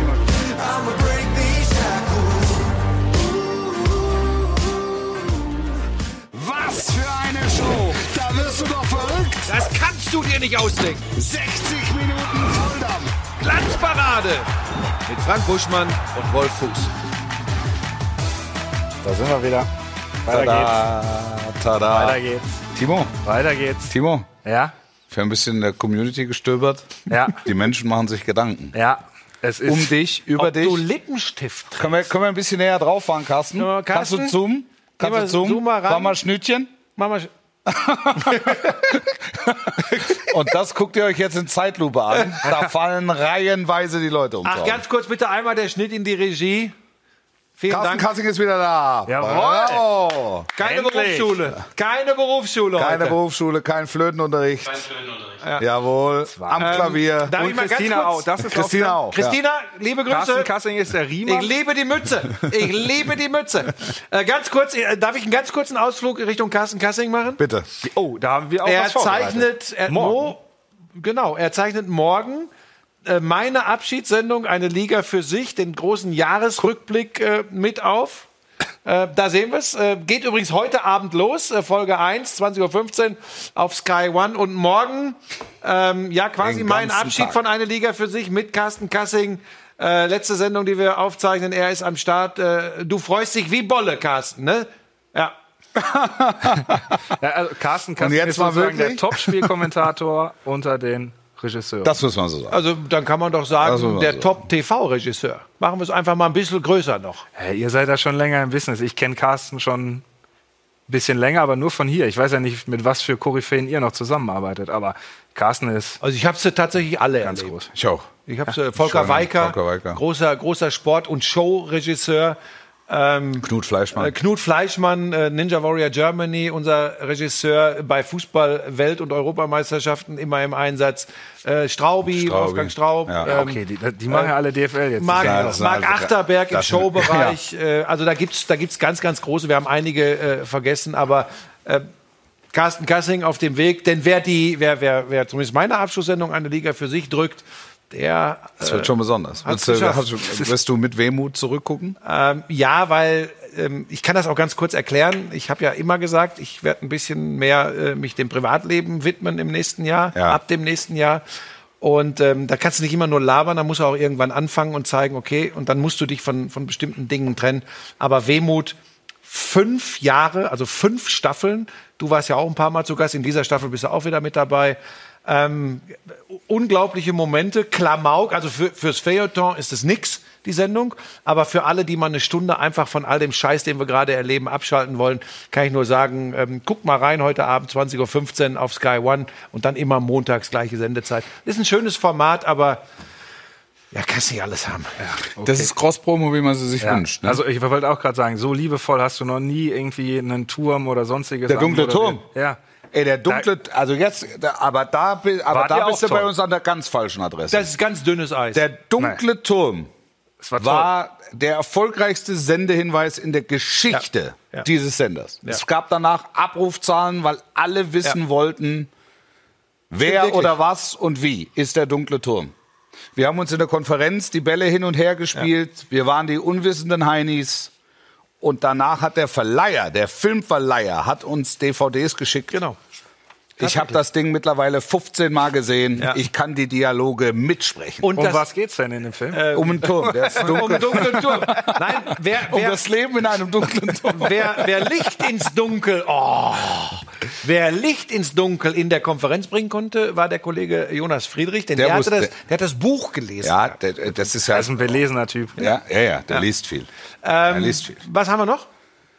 Was für eine Show! Da wirst du doch verrückt! Das kannst du dir nicht ausdenken. 60 Minuten Volldampf! Glanzparade mit Frank Buschmann und Wolf Fuß. Da sind wir wieder. Weiter geht's. Timo. Weiter geht's. Timo. Ja? Wir haben ein bisschen in der Community gestöbert. Ja. Die Menschen machen sich Gedanken. Ja. Es ist um dich, über dich. Du Lippenstift trägst. Können wir ein bisschen näher drauf fahren, Carsten? Ja, Kannst du zoomen? Zoom mal ran. Mach mal Schnittchen. Mama. Und das guckt ihr euch jetzt in Zeitlupe an. Da fallen reihenweise die Leute um. Ach, ganz kurz bitte einmal der Schnitt in die Regie. Vielen Carsten Dank. Kassing ist wieder da. Jawohl. Bravo. Keine Endlich. Berufsschule. Keine Berufsschule Keine heute. Berufsschule, kein Flötenunterricht. Ja. Jawohl. Am Klavier. Darf ich Und mal ganz Christina kurz- auch. Das ist Christina auch. Christina, liebe Grüße. Carsten Kassing ist der Riemer. Ich liebe die Mütze. Ich liebe die Mütze. Ganz kurz, darf ich einen ganz kurzen Ausflug Richtung Carsten Kassing machen? Bitte. Oh, da haben wir auch Er was vorbereitet. zeichnet Morgen. er zeichnet morgen meine Abschiedssendung, eine Liga für sich, den großen Jahresrückblick mit auf. Da sehen wir es. Geht übrigens heute Abend los, Folge 1, 20.15 Uhr auf Sky One. Und morgen, quasi Den mein ganzen Abschied Tag. von Eine Liga für sich mit Carsten Kassing. Letzte Sendung, die wir aufzeichnen. Er ist am Start. Du freust dich wie Bolle, Carsten, ne? Ja. Ja, also Carsten Und jetzt ist mal sozusagen der wirklich? Top-Spielkommentator unter den Regisseuren. Das muss man so sagen. Also dann kann man doch sagen, Das muss man der so Top-TV-Regisseur. Machen wir es einfach mal ein bisschen größer noch. Hey, ihr seid da schon länger im Business. Ich kenne Carsten schon ein bisschen länger, aber nur von hier. Ich weiß ja nicht, mit was für Koryphäen ihr noch zusammenarbeitet, aber Carsten ist Also ich habe sie tatsächlich alle ganz erlebt. groß. Ich auch. Ich habe Volker Weicker, großer Sport- und Show-Regisseur. Knut Fleischmann. Knut Fleischmann, Ninja Warrior Germany, unser Regisseur bei Fußball-Welt- und Europameisterschaften immer im Einsatz. Straubi, Wolfgang Straub. Ja. Okay, die machen ja alle DFL jetzt. Marc, Ja, das Marc sind also- Achterberg im das sind- Showbereich. Also da gibt's ganz, ganz große. Wir haben einige vergessen, aber Carsten Kassing auf dem Weg. Denn wer zumindest meine Abschlusssendung Eine Liga für sich drückt, der Das wird schon besonders. hat's Wirst du mit Wehmut zurückgucken? ja, weil ich kann das auch ganz kurz erklären. Ich habe ja immer gesagt, ich werde ein bisschen mehr mich dem Privatleben widmen im nächsten Jahr, Ja. ab dem nächsten Jahr. Und da kannst du nicht immer nur labern, da musst du auch irgendwann anfangen und zeigen, okay, und dann musst du dich von bestimmten Dingen trennen. Aber Wehmut, 5 Jahre, also 5 Staffeln. Du warst ja auch ein paar Mal zu Gast, in dieser Staffel bist du auch wieder mit dabei. Unglaubliche Momente, Klamauk, also fürs Feuilleton ist es nix, die Sendung, aber für alle, die mal eine Stunde einfach von all dem Scheiß, den wir gerade erleben, abschalten wollen, kann ich nur sagen, guckt mal rein heute Abend 20.15 Uhr auf Sky One und dann immer montags gleiche Sendezeit. Ist ein schönes Format, aber ja, kannst nicht alles haben. Das ist Cross-Promo, wie man sie sich Ja. wünscht. Ne? Also ich wollte auch gerade sagen, so liebevoll hast du noch nie irgendwie einen Turm oder sonstiges. Der dunkle oder Turm. Ja. Ey, der dunkle, also jetzt, aber da bist auch du bei toll. uns an der ganz falschen Adresse. Das ist ganz dünnes Eis. Der dunkle Turm Es war toll. war der erfolgreichste Sendehinweis in der Geschichte Ja. Ja. dieses Senders. Es gab danach Abrufzahlen, weil alle wissen wollten, wer wirklich. oder was und wie ist der dunkle Turm. Wir haben uns in der Konferenz die Bälle hin und her gespielt. Wir waren die unwissenden Heinis. Und danach hat der Filmverleiher, hat uns DVDs geschickt. Genau. Ich habe das Ding mittlerweile 15 Mal gesehen. Ja. Ich kann die Dialoge mitsprechen. Und Um das, was geht's denn in dem Film? Um einen Turm. Der ist um dunkel. den dunklen Turm. Nein, Um das Leben in einem dunklen Turm. Wer Licht ins Dunkel, wer Licht ins Dunkel in der Konferenz bringen konnte, war der Kollege Jonas Friedrich, denn der hat das Buch gelesen. Ja, das ist ja. Er ist ein belesener Typ. Ja, der liest viel. Er liest viel. Was haben wir noch?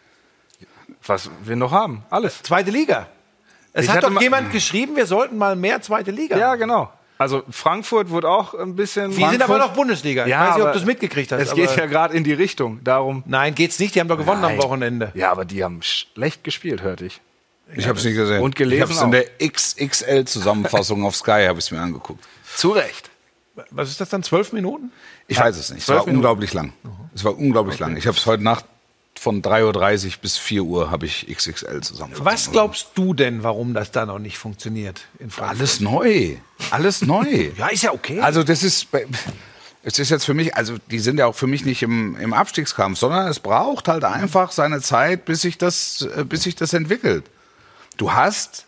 Was wir noch haben. Alles. Zweite Liga. Es Ich hat hatte doch mal- jemand geschrieben, wir sollten mal mehr zweite Liga. Ja, genau. Also Frankfurt wurde auch ein bisschen... Die sind aber noch Bundesliga. Ich Ja, weiß nicht, ob aber du es mitgekriegt hast. Es aber geht ja gerade in die Richtung. Darum... Nein, geht's nicht. Die haben doch gewonnen am Nein. Wochenende. Ja, aber die haben schlecht gespielt, hörte ich. Ich habe es nicht gesehen. Und gelesen Ich habe es in der XXL-Zusammenfassung auf Sky habe ich es mir angeguckt. Zu Recht. Was ist das dann, 12 Minuten? Ich weiß es nicht. Es 12 war Minuten. unglaublich lang. Es war unglaublich lang. Ich habe es heute Nacht von 3:30 Uhr bis 4 Uhr habe ich XXL zusammenfassung. Was glaubst du denn, warum das da noch nicht funktioniert in Frankfurt? Alles neu. Alles neu. Ja, ist ja okay. Also das ist, es ist jetzt für mich, also die sind ja auch für mich nicht im Abstiegskampf, sondern es braucht halt einfach seine Zeit, bis sich das entwickelt. Du hast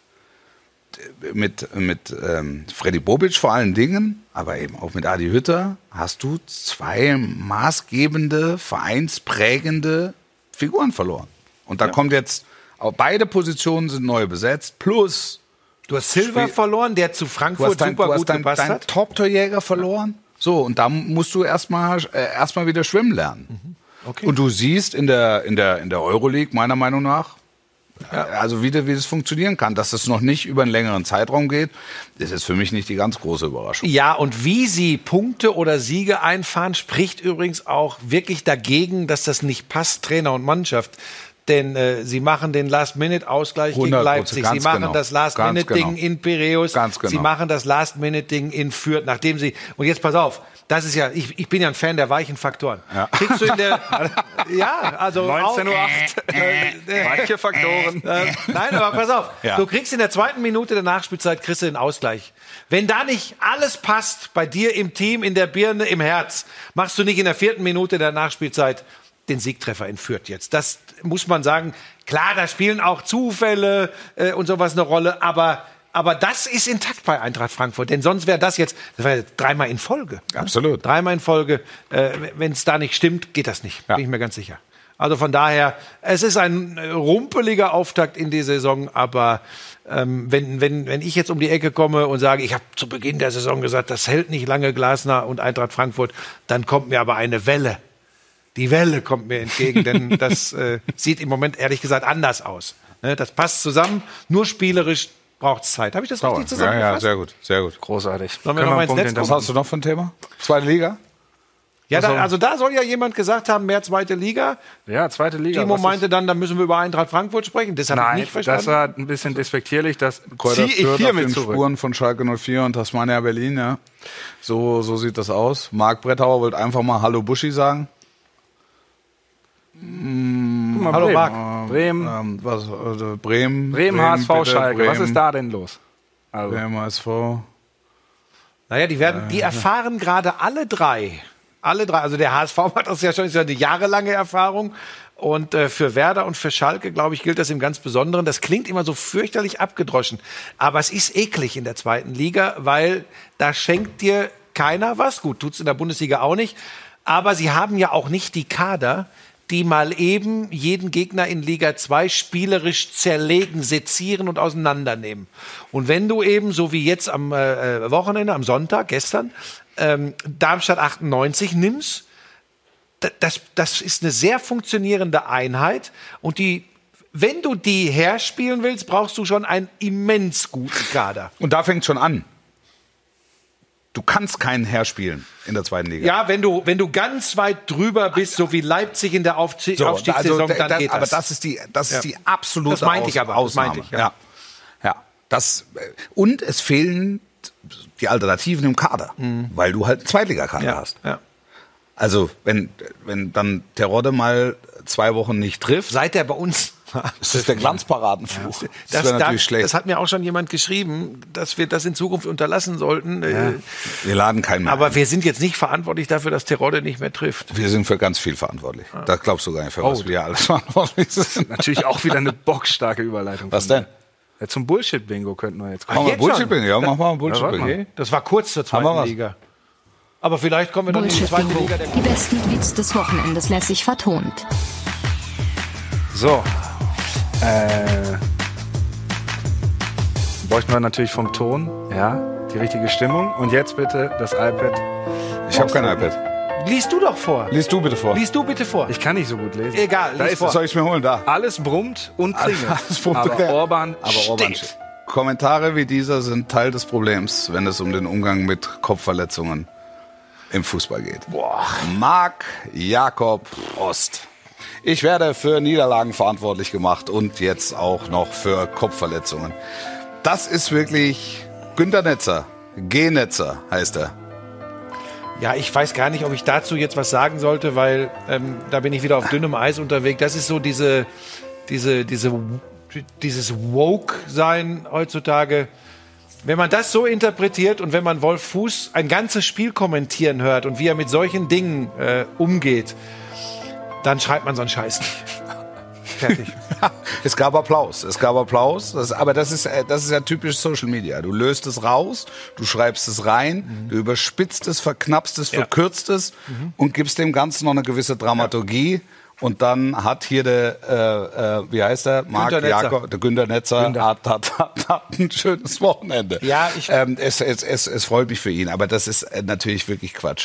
mit Freddy Bobic vor allen Dingen, aber eben auch mit Adi Hütter, hast du 2 maßgebende, vereinsprägende Figuren verloren. Und da kommt jetzt, auch beide Positionen sind neu besetzt, plus du hast Silva verloren, der zu Frankfurt super gut gepasst dein hat. Top-Torjäger verloren. So, und da musst du erstmal wieder schwimmen lernen. Okay. Und du siehst in der Euroleague, meiner Meinung nach, also wie das funktionieren kann. Dass es noch nicht über einen längeren Zeitraum geht, ist jetzt für mich nicht die ganz große Überraschung. Ja, und wie sie Punkte oder Siege einfahren, spricht übrigens auch wirklich dagegen, dass das nicht passt, Trainer und Mannschaft. Denn sie machen den Last-Minute-Ausgleich gegen 100%, Leipzig. Sie ganz machen genau. das Last-Minute-Ding Ganz genau. in Piräus. Ganz genau. Sie machen das Last-Minute-Ding in Fürth, nachdem sie... Und jetzt pass auf, das ist ja... Ich bin ja ein Fan der weichen Faktoren. Ja. Kriegst du in der... ja, also... 19:08 Uhr. Weiche Faktoren. Nein, aber pass auf. Ja. Du kriegst in der 2. Minute der Nachspielzeit kriegst du den Ausgleich. Wenn da nicht alles passt bei dir im Team, in der Birne, im Herz, machst du nicht in der 4. Minute der Nachspielzeit den Siegtreffer in Fürth jetzt. Das muss man sagen. Klar, da spielen auch Zufälle und sowas eine Rolle, aber das ist intakt bei Eintracht Frankfurt. Denn sonst wäre das jetzt 3-mal in Folge. Absolut. 3-mal in Folge. Wenn es da nicht stimmt, geht das nicht. Bin ich mir ganz sicher. Also von daher, es ist ein rumpeliger Auftakt in die Saison, aber wenn ich jetzt um die Ecke komme und sage, ich habe zu Beginn der Saison gesagt, das hält nicht lange Glasner und Eintracht Frankfurt, dann kommt mir aber eine Welle. Die Welle kommt mir entgegen, denn das sieht im Moment ehrlich gesagt anders aus. Ne, das passt zusammen, nur spielerisch braucht es Zeit. Habe ich das richtig zusammengefasst? Ja, sehr gut, sehr gut. Großartig. Sollen wir noch mal ins Netz Was hast du noch für ein Thema? Zweite Liga? Ja, da soll ja jemand gesagt haben, mehr zweite Liga. Ja, zweite Liga. Timo meinte dann müssen wir über Eintracht Frankfurt sprechen. Das habe ich nicht verstanden. Das war ein bisschen despektierlich. Das Ziehe ich hier mit zurück. Spuren von Schalke 04 und Tasmania Berlin. Ja. So sieht das aus. Marc Brettauer wollte einfach mal Hallo Buschi sagen. Hallo Marc. Bremen, HSV, bitte, Schalke. Bremen. Was ist da denn los? Also. Bremen, HSV. Naja, die erfahren gerade alle drei. Also der HSV macht das ja schon, ist ja eine jahrelange Erfahrung. Und für Werder und für Schalke, glaube ich, gilt das im ganz Besonderen. Das klingt immer so fürchterlich abgedroschen. Aber es ist eklig in der zweiten Liga, weil da schenkt dir keiner was. Gut, tut's in der Bundesliga auch nicht. Aber sie haben ja auch nicht die Kader, die mal eben jeden Gegner in Liga 2 spielerisch zerlegen, sezieren und auseinandernehmen. Und wenn du eben, so wie jetzt am Wochenende, am Sonntag, gestern, Darmstadt 98 nimmst, das ist eine sehr funktionierende Einheit. Und wenn du die herspielen willst, brauchst du schon einen immens guten Kader. Und da fängt schon an. Du kannst keinen herspielen in der zweiten Liga. Ja, wenn du ganz weit drüber bist, so wie Leipzig in der Aufstiegssaison, dann geht das. Aber das ist die absolute Das meinte ich aber. Ausnahme. Das meinte ich, ja. Und es fehlen die Alternativen im Kader, weil du halt einen Zweitligakader hast. Ja. Also wenn dann Terodde mal 2 Wochen nicht trifft. Seit er bei uns Das ist der Glanzparadenfluch. Das wäre natürlich schlecht. Das hat mir auch schon jemand geschrieben, dass wir das in Zukunft unterlassen sollten. Ja. Wir laden keinen mehr. Aber wir sind jetzt nicht verantwortlich dafür, dass Terodde nicht mehr trifft. Wir sind für ganz viel verantwortlich. Das glaubst du gar nicht, für was wir alles verantwortlich sind. Natürlich auch wieder eine bockstarke Überleitung. Was denn? Ja, zum Bullshit-Bingo könnten wir jetzt kommen. Machen wir Bullshit-Bingo? Ja, machen wir mal Bullshit-Bingo. Okay. Das war kurz zur zweiten Liga. Aber vielleicht kommen wir dann in die zweite Liga. Die besten Tweets des Wochenendes lässig vertont. So. Bräuchten wir natürlich vom Ton, ja, die richtige Stimmung. Und jetzt bitte das iPad. Ich habe kein iPad. Lies du doch vor. Lies du bitte vor. Lies du bitte vor. Ich kann nicht so gut lesen. Egal, da lies ist vor. Soll ich mir holen? Da. Alles brummt und klingelt. Alles brummt und aber klingelt. Orban Orban steht. Kommentare wie dieser sind Teil des Problems, wenn es um den Umgang mit Kopfverletzungen im Fußball geht. Marc Jakob Ost. Ich werde für Niederlagen verantwortlich gemacht und jetzt auch noch für Kopfverletzungen. Das ist wirklich Günter Netzer. G-Netzer heißt er. Ja, ich weiß gar nicht, ob ich dazu jetzt was sagen sollte, weil da bin ich wieder auf dünnem Eis unterwegs. Das ist so dieses Woke-Sein heutzutage. Wenn man das so interpretiert und wenn man Wolf Fuß ein ganzes Spiel kommentieren hört und wie er mit solchen Dingen umgeht, dann schreibt man so einen Scheiß nicht. Fertig. Es gab Applaus. Aber das ist ja typisch Social Media. Du löst es raus, du schreibst es rein, du überspitzt es, verknappst es, verkürzt es und gibst dem Ganzen noch eine gewisse Dramaturgie. Und dann hat hier der, wie heißt der? Marc Jakob, der Günter Netzer, hat ein schönes Wochenende. Ja, es freut mich für ihn, aber das ist natürlich wirklich Quatsch.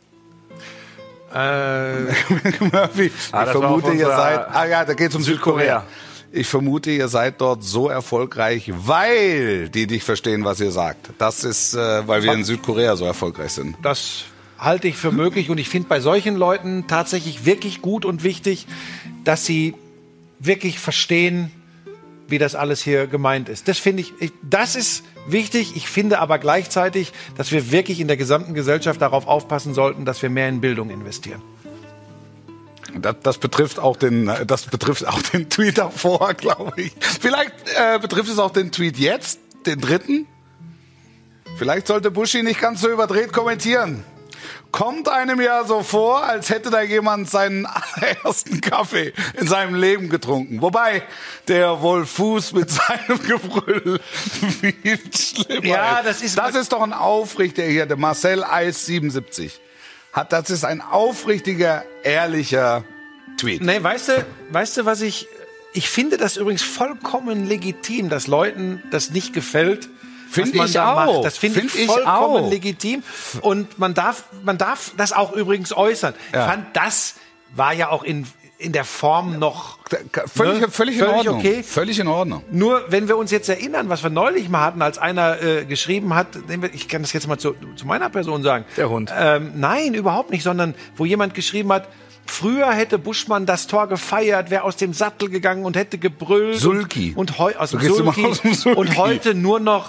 Murphy, ich vermute, ihr seid. Da geht's um Südkorea. Ich vermute, ihr seid dort so erfolgreich, weil die nicht verstehen, was ihr sagt. Das ist, weil wir in Südkorea so erfolgreich sind. Das halte ich für möglich und ich finde bei solchen Leuten tatsächlich wirklich gut und wichtig, dass sie wirklich verstehen, wie das alles hier gemeint ist. Das finde ich, das ist wichtig. Ich finde aber gleichzeitig, dass wir wirklich in der gesamten Gesellschaft darauf aufpassen sollten, dass wir mehr in Bildung investieren. Das betrifft auch den Tweet davor, glaube ich. Vielleicht betrifft es auch den Tweet jetzt, den dritten. Vielleicht sollte Buschi nicht ganz so überdreht kommentieren. kommt einem ja so vor, als hätte da jemand seinen allerersten Kaffee in seinem Leben getrunken. Wobei der Wolf Fuß mit seinem Gebrüll viel schlimmer Ja, ist. Das ist doch ein aufrichtiger hier, der Marcel Eis 77. Das ist ein aufrichtiger, ehrlicher Tweet. Nee, weißt du, was ich finde das übrigens vollkommen legitim, dass Leuten das nicht gefällt, was man da macht. Das finde ich vollkommen legitim. Und man darf das auch übrigens äußern. Ja. Ich fand, das war ja auch in der Form noch Völlig in Ordnung. Okay. Völlig in Ordnung. Nur, wenn wir uns jetzt erinnern, was wir neulich mal hatten, als einer geschrieben hat, ich kann das jetzt mal zu meiner Person sagen. Der Hund. Nein, überhaupt nicht, sondern wo jemand geschrieben hat, früher hätte Buschmann das Tor gefeiert, wäre aus dem Sattel gegangen und hätte gebrüllt. Sulki. Und aus dem Sulki. Und heute nur noch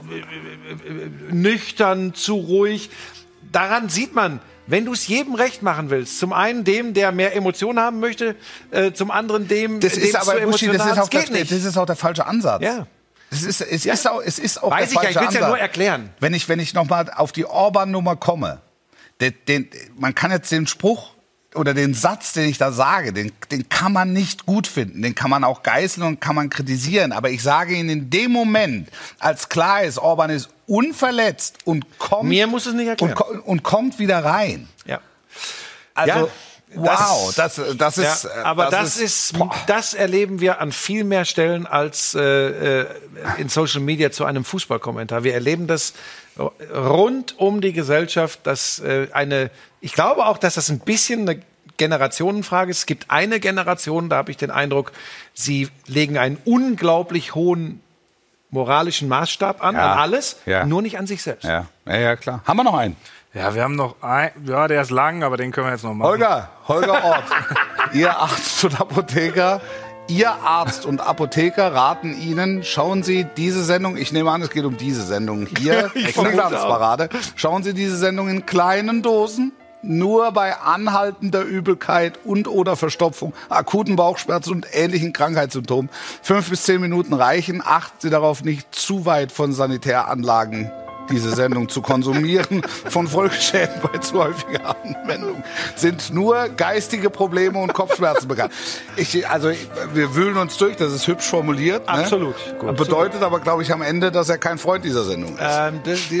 nüchtern, zu ruhig. Daran sieht man, wenn du es jedem recht machen willst, zum einen dem, der mehr Emotionen haben möchte, zum anderen dem, Das ist aber, Buschi, das ist auch der falsche Ansatz. Ja. Es ist auch Weiß der ich ja, falsche ich will es ja Ansatz. nur erklären. Wenn ich noch mal auf die Orban-Nummer komme, man kann jetzt den Spruch oder den Satz, den ich da sage, den kann man nicht gut finden. Den kann man auch geißeln und kann man kritisieren. Aber ich sage Ihnen in dem Moment, als klar ist, Orban ist unverletzt und kommt... Mir muss es nicht erklären. Und kommt wieder rein. Ja. Also, Ja, wow, das ist... aber das erleben wir an viel mehr Stellen als in Social Media zu einem Fußballkommentar. Wir erleben das rund um die Gesellschaft, dass ich glaube auch, dass das ein bisschen eine Generationenfrage ist. Es gibt eine Generation, da habe ich den Eindruck, sie legen einen unglaublich hohen moralischen Maßstab an alles, nur nicht an sich selbst. Ja, klar. Haben wir noch einen? Ja, wir haben noch einen. Ja, der ist lang, aber den können wir jetzt noch machen. Holger Ort, Ihr Arzt und Apotheker. Ihr Arzt und Apotheker raten Ihnen, schauen Sie diese Sendung, ich nehme an, es geht um diese Sendung hier, Glanzparade. Schauen Sie diese Sendung in kleinen Dosen, nur bei anhaltender Übelkeit und oder Verstopfung, akuten Bauchschmerzen und ähnlichen Krankheitssymptomen. 5 bis 10 Minuten reichen. Achten Sie darauf, nicht zu weit von Sanitäranlagen diese Sendung zu konsumieren. Von Folgeschäden bei zu häufiger Anwendung sind nur geistige Probleme und Kopfschmerzen bekannt. Wir wühlen uns durch, das ist hübsch formuliert. Absolut. Ne? Gut. Bedeutet aber, glaube ich, am Ende, dass er kein Freund dieser Sendung ist. Wie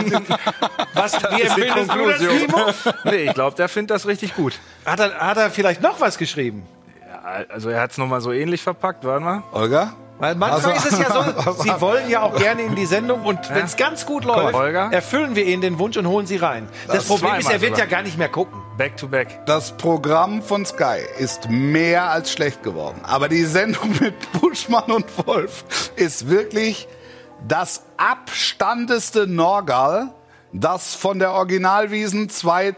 empfindest du das, Timo? Nee, ich glaube, der findet das richtig gut. Hat er vielleicht noch was geschrieben? Ja, also er hat es nochmal so ähnlich verpackt, warte mal. Olga? Weil manchmal ist es ja so, Sie wollen ja auch gerne in die Sendung und wenn es ganz gut läuft, Holger? erfüllen wir Ihnen den Wunsch und holen Sie rein. Das Problem ist, er wird sogar. ja gar nicht mehr gucken. Back to back. Das Programm von Sky ist mehr als schlecht geworden. Aber die Sendung mit Buschmann und Wolf ist wirklich das abstandeste Norgal, das von der Originalwiesen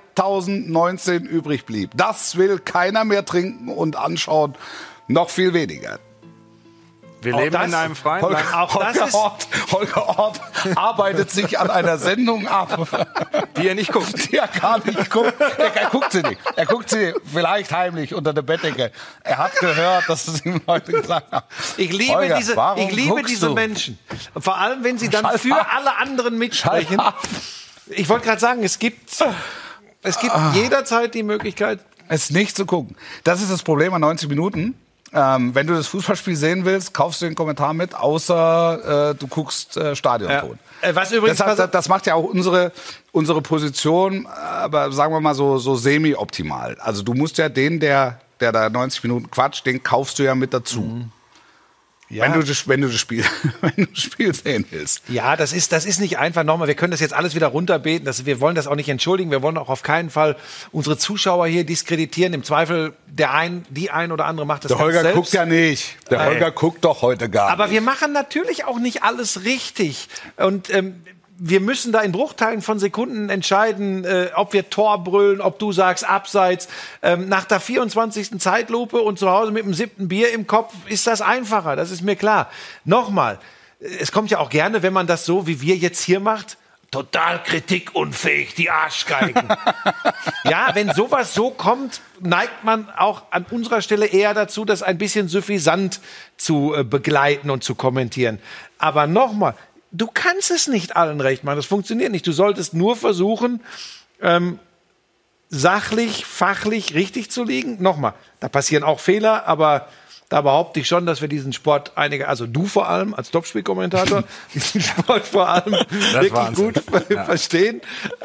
2019 übrig blieb. Das will keiner mehr trinken und anschauen, noch viel weniger. Wir leben in einem freien Land. Holger Ort arbeitet sich an einer Sendung ab, die er nicht guckt. die er gar nicht guckt. Er guckt sie nicht. Er guckt sie vielleicht heimlich unter der Bettdecke. Er hat gehört, dass es ihm Leute gesagt haben. Ich liebe Holger, diese Menschen. Vor allem, wenn sie dann Schalt für ab. alle anderen mitsprechen. Ab. Ich wollte gerade sagen, es gibt jederzeit die Möglichkeit. Es nicht zu gucken. Das ist das Problem an 90 Minuten. Wenn du das Fußballspiel sehen willst, kaufst du den Kommentar mit, außer du guckst Stadionton. Was übrigens Das macht ja auch unsere Position, aber sagen wir mal so semi-optimal. Also du musst ja den, der da 90 Minuten quatscht, den kaufst du ja mit dazu. Ja. Wenn du das Spiel sehen willst. Ja, das ist nicht einfach. Nochmal, wir können das jetzt alles wieder runterbeten. Wir wollen das auch nicht entschuldigen. Wir wollen auch auf keinen Fall unsere Zuschauer hier diskreditieren. Im Zweifel die ein oder andere macht das Der ganz Holger selbst. guckt ja nicht. Der Holger guckt doch heute gar nicht. Aber wir machen natürlich auch nicht alles richtig. Und wir müssen da in Bruchteilen von Sekunden entscheiden, ob wir Tor brüllen, ob du sagst Abseits. Nach der 24. Zeitlupe und zu Hause mit dem 7. Bier im Kopf ist das einfacher, das ist mir klar. Nochmal, es kommt ja auch gerne, wenn man das so, wie wir jetzt hier macht, total kritikunfähig, die Arschgeigen. Ja, wenn sowas so kommt, neigt man auch an unserer Stelle eher dazu, das ein bisschen suffisant zu begleiten und zu kommentieren. Aber nochmal, du kannst es nicht allen recht machen, das funktioniert nicht. Du solltest nur versuchen, sachlich, fachlich richtig zu liegen. Nochmal, da passieren auch Fehler, aber da behaupte ich schon, dass wir diesen Sport also du vor allem als Topspielkommentator, diesen Sport vor allem wirklich Wahnsinn. gut verstehen.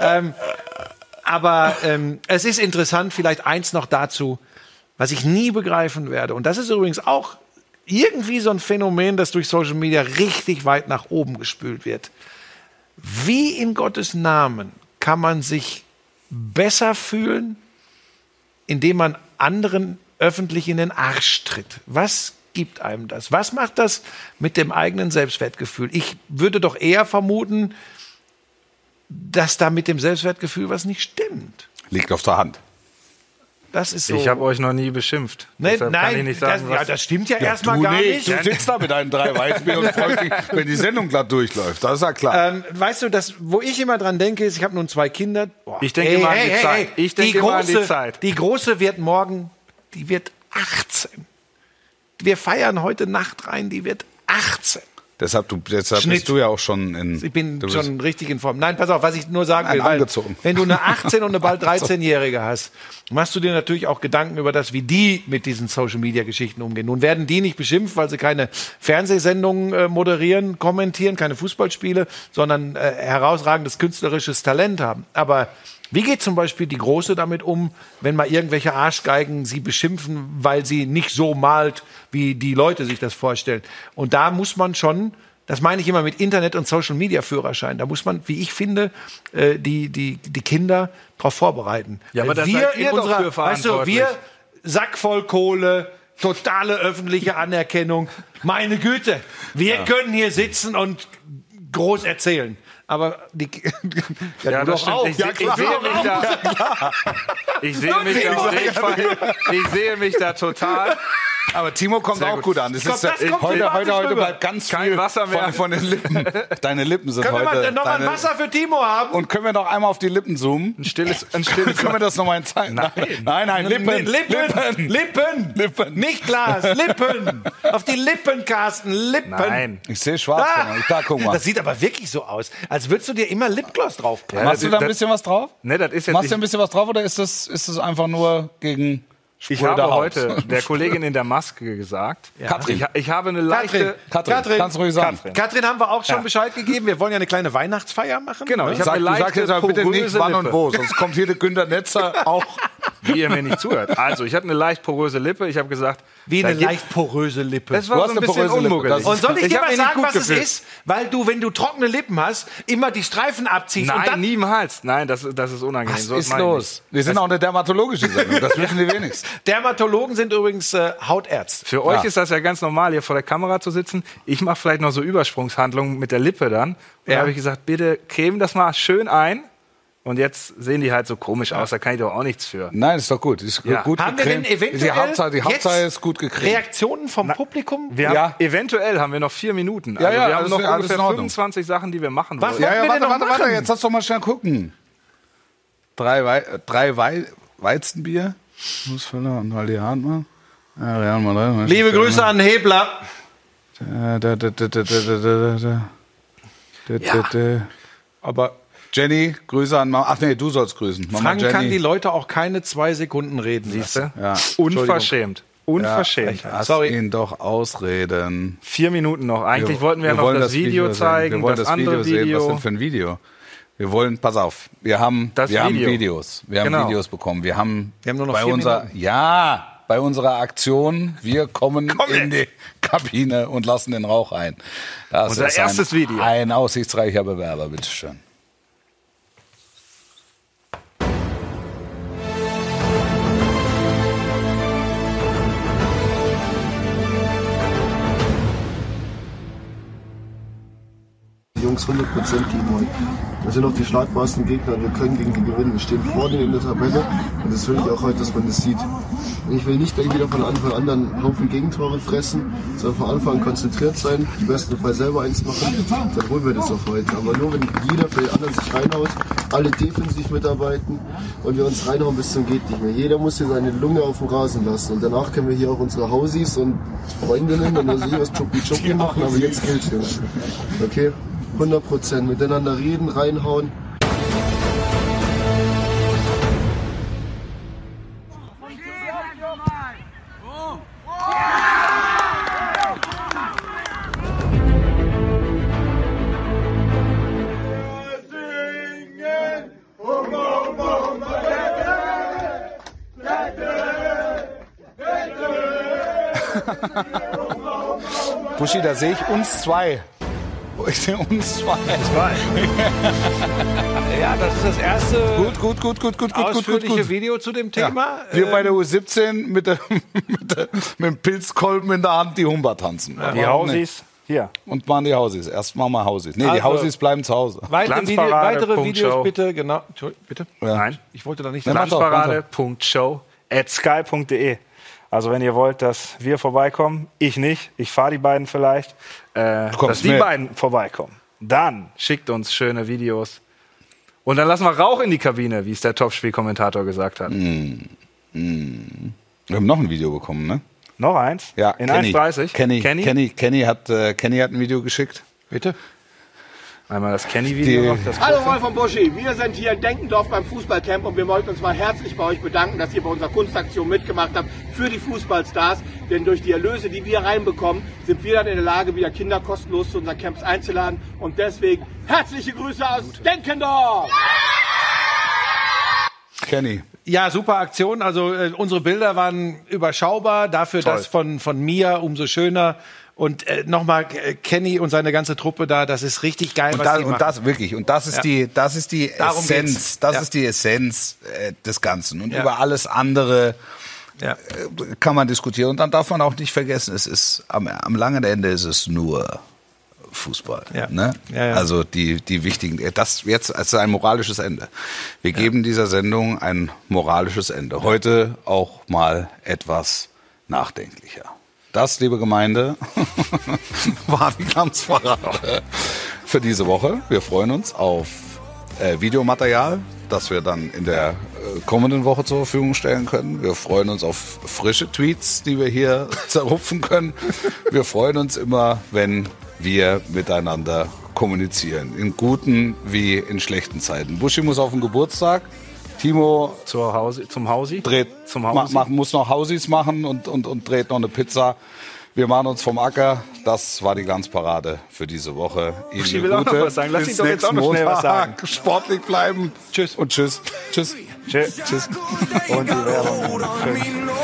Aber es ist interessant, vielleicht eins noch dazu, was ich nie begreifen werde. Und das ist übrigens auch irgendwie so ein Phänomen, das durch Social Media richtig weit nach oben gespült wird. Wie in Gottes Namen kann man sich besser fühlen, indem man anderen öffentlich in den Arsch tritt? Was gibt einem das? Was macht das mit dem eigenen Selbstwertgefühl? Ich würde doch eher vermuten, dass da mit dem Selbstwertgefühl was nicht stimmt. Liegt auf der Hand. Das ist so. Ich habe euch noch nie beschimpft. Deshalb kann ich nicht sagen, das stimmt ja erstmal Du gar nicht. nicht. Du sitzt da mit deinen 3 Weißbier und freust dich, wenn die Sendung glatt durchläuft. Das ist ja klar. Weißt du, wo ich immer dran denke, ist, ich habe nun 2 Kinder. Boah, Ich denke immer an die Zeit. Ich denke immer an die Zeit. Die Große wird morgen, die wird 18. Wir feiern heute Nacht rein, die wird 18. Deshalb bist du ja auch schon in... Ich bin schon richtig in Form. Nein, pass auf, was ich nur sagen will. Angezogen. Wenn du eine 18- und eine bald 13-Jährige hast, machst du dir natürlich auch Gedanken über das, wie die mit diesen Social-Media-Geschichten umgehen. Nun werden die nicht beschimpft, weil sie keine Fernsehsendungen moderieren, kommentieren, keine Fußballspiele, sondern herausragendes künstlerisches Talent haben. Aber wie geht zum Beispiel die Große damit um, wenn mal irgendwelche Arschgeigen sie beschimpfen, weil sie nicht so malt, wie die Leute sich das vorstellen? Und da muss man schon, das meine ich immer mit Internet- und Social-Media-Führerschein, da muss man, wie ich finde, die Kinder darauf vorbereiten. Ja, aber das wir seid ihr in doch unserer, für weißt du, verantwortlich. wir Sack voll Kohle, totale öffentliche Anerkennung. Meine Güte, wir können hier sitzen und groß erzählen. Aber die Ja, du das doch stimmt. auch. Ich sehe mich da total. Aber Timo kommt auch gut an. Das ist, das kommt heute rüber. bleibt ganz Kein viel Wasser mehr. von den Lippen. Deine Lippen sind Können heute... wir noch mal ein Wasser für Timo haben? Und können wir noch einmal auf die Lippen zoomen? Ein stilles Können wir das noch mal zeigen? Nein, Lippen. Lippen. Nicht Glas, Lippen. Auf die Lippen, Carsten, Lippen. Nein. Ich sehe schwarz. Da, guck mal. Das sieht aber wirklich so aus, als würdest du dir immer Lipgloss drauf. Machst du da ein bisschen was drauf? Ne, das ist jetzt Machst du ein bisschen was drauf oder ist das einfach nur gegen Ich Sprüh habe der Haut? heute der Kollegin in der Maske gesagt, Katrin. ich habe eine leichte... Katrin, kannst du ruhig sagen. Katrin haben wir auch schon Bescheid gegeben. Wir wollen ja eine kleine Weihnachtsfeier machen. Genau, ich habe eine Du sagst leichte jetzt aber bitte nicht poröse wann und Lippe. wo, sonst kommt hier der Günter Netzer auch. Wie ihr mir nicht zuhört. Also, ich hatte eine leicht poröse Lippe. Ich habe gesagt... Wie da eine gibt- leicht poröse Lippe. Es war Du so hast ein eine bisschen poröse Lippe. unmuggelig. Und soll ich dir hab mal mich nicht sagen, gut was es gefühlt. ist? Weil du, wenn du trockene Lippen hast, immer die Streifen abziehst. und Nein, dann niemals. Nein, das ist unangenehm. Was So ist meine ich los? Wir sind auch eine dermatologische Sendung, das wissen die wenigsten. Dermatologen sind übrigens Hautärzte. Für euch ist das ja ganz normal, hier vor der Kamera zu sitzen. Ich mache vielleicht noch so Übersprungshandlungen mit der Lippe dann. Und da habe ich gesagt, bitte creme das mal schön ein. Und jetzt sehen die halt so komisch aus, da kann ich doch auch nichts für. Nein, ist doch gut. Ist Ja. gut Haben wir denn gecremt. eventuell Die Hauptsache jetzt ist gut gecremt. Reaktionen vom Publikum? Eventuell haben wir noch 4 Minuten. Ja, Also ja, wir haben alles- noch alles in ungefähr Ordnung. 25 Sachen, die wir machen Was wollen. wollen wir denn noch warte, machen? jetzt lass doch mal schnell gucken. 3 Weizenbier. Nussfüller und Aldihan. Ja, Real Madrid. Liebe Grüße an Hebler. Aber Jenny, Grüße an Mama. Ach nee, du sollst grüßen. Mama Frank kann die Jenny. Leute auch keine 2 Sekunden reden Siehst lassen. du? Ja. Unverschämt. Unverschämt. Lass Sorry. ihn doch ausreden. 4 Minuten noch. Eigentlich wollten wir ja noch wollen das Video sehen. zeigen, Wir wollen das das Video andere sehen. Was Video. denn für ein Video? Wir wollen, pass auf, wir haben Video. Videos. Wir haben Genau. Videos bekommen. Wir haben nur noch bei 4 unserer, Minuten. ja, bei unserer Aktion, wir kommen in die Kabine und lassen den Rauch ein. Das Unser ist erstes Video. Ein aussichtsreicher Bewerber, bitteschön. Die Jungs 100% geben wollen. Wir sind auch die schlagbarsten Gegner, wir können gegen die gewinnen. Wir stehen vorne in der Tabelle und das will ich auch heute, dass man das sieht. Ich will nicht gleich wieder von Anfang an einen Haufen Gegentore fressen, sondern von Anfang an konzentriert sein, im besten Fall selber eins machen, dann holen wir das auch heute. Aber nur wenn jeder für den anderen sich reinhaut, alle defensiv mitarbeiten und wir uns reinhauen bis zum geht nicht mehr. Jeder muss hier seine Lunge auf dem Rasen lassen und danach können wir hier auch unsere Hausis und Freundinnen und was Chuppi machen, aber jetzt gilt es. Okay? 100% miteinander reden, reinhauen. Buschi, da sehe ich uns zwei. Ich sehe uns zwei. Ja, das ist das erste Gut. ausführliche Video zu dem Thema. Ja. Wir bei der U17 mit dem Pilzkolben in der Hand die Humba tanzen. Die Hausis, hier. Und waren die Hausis. Erst machen wir Hausis. Nee, die Also, Hausis bleiben zu Hause. Weitere Videos bitte, genau. Bitte? Ja. Nein. Ich wollte da nicht Glanzparade.show@sky.de. Also wenn ihr wollt, dass wir vorbeikommen, ich nicht, ich fahre die beiden vielleicht, dass die beiden vorbeikommen. Dann schickt uns schöne Videos. Und dann lassen wir Rauch in die Kabine, wie es der Topspiel-Kommentator gesagt hat. Wir haben noch ein Video bekommen, ne? Noch eins? Ja, in 1,30. Kenny hat ein Video geschickt. Bitte? Einmal das Kenny-Video noch. Hallo Rolf von Buschi, wir sind hier in Denkendorf beim Fußballcamp und wir wollten uns mal herzlich bei euch bedanken, dass ihr bei unserer Kunstaktion mitgemacht habt für die Fußballstars. Denn durch die Erlöse, die wir reinbekommen, sind wir dann in der Lage, wieder Kinder kostenlos zu unseren Camps einzuladen. Und deswegen herzliche Grüße aus Denkendorf! Kenny. Ja, super Aktion. Also unsere Bilder waren überschaubar. Dafür das von mir umso schöner. Und nochmal Kenny und seine ganze Truppe da, das ist richtig geil, was die machen. Das ist die Essenz, ist die Essenz des Ganzen. Und über alles andere kann man diskutieren. Und dann darf man auch nicht vergessen, es ist am langen Ende ist es nur Fußball. Ja. Ne? Ja. Also die wichtigen, das jetzt als ein moralisches Ende. Wir geben dieser Sendung ein moralisches Ende. Heute auch mal etwas nachdenklicher. Das, liebe Gemeinde, war die Glanzparade für diese Woche. Wir freuen uns auf Videomaterial, das wir dann in der kommenden Woche zur Verfügung stellen können. Wir freuen uns auf frische Tweets, die wir hier zerrupfen können. Wir freuen uns immer, wenn wir miteinander kommunizieren. In guten wie in schlechten Zeiten. Buschi muss auf den Geburtstag. Timo zum Hausi. Muss noch Hausis machen und dreht noch eine Pizza. Wir machen uns vom Acker. Das war die Glanzparade für diese Woche. Ich will auch noch was sagen. Lass ihn doch jetzt auch noch schnell was sagen. Sportlich bleiben. Tschüss. Und tschüss. Tschüss. Tschüss. Und die Werbung.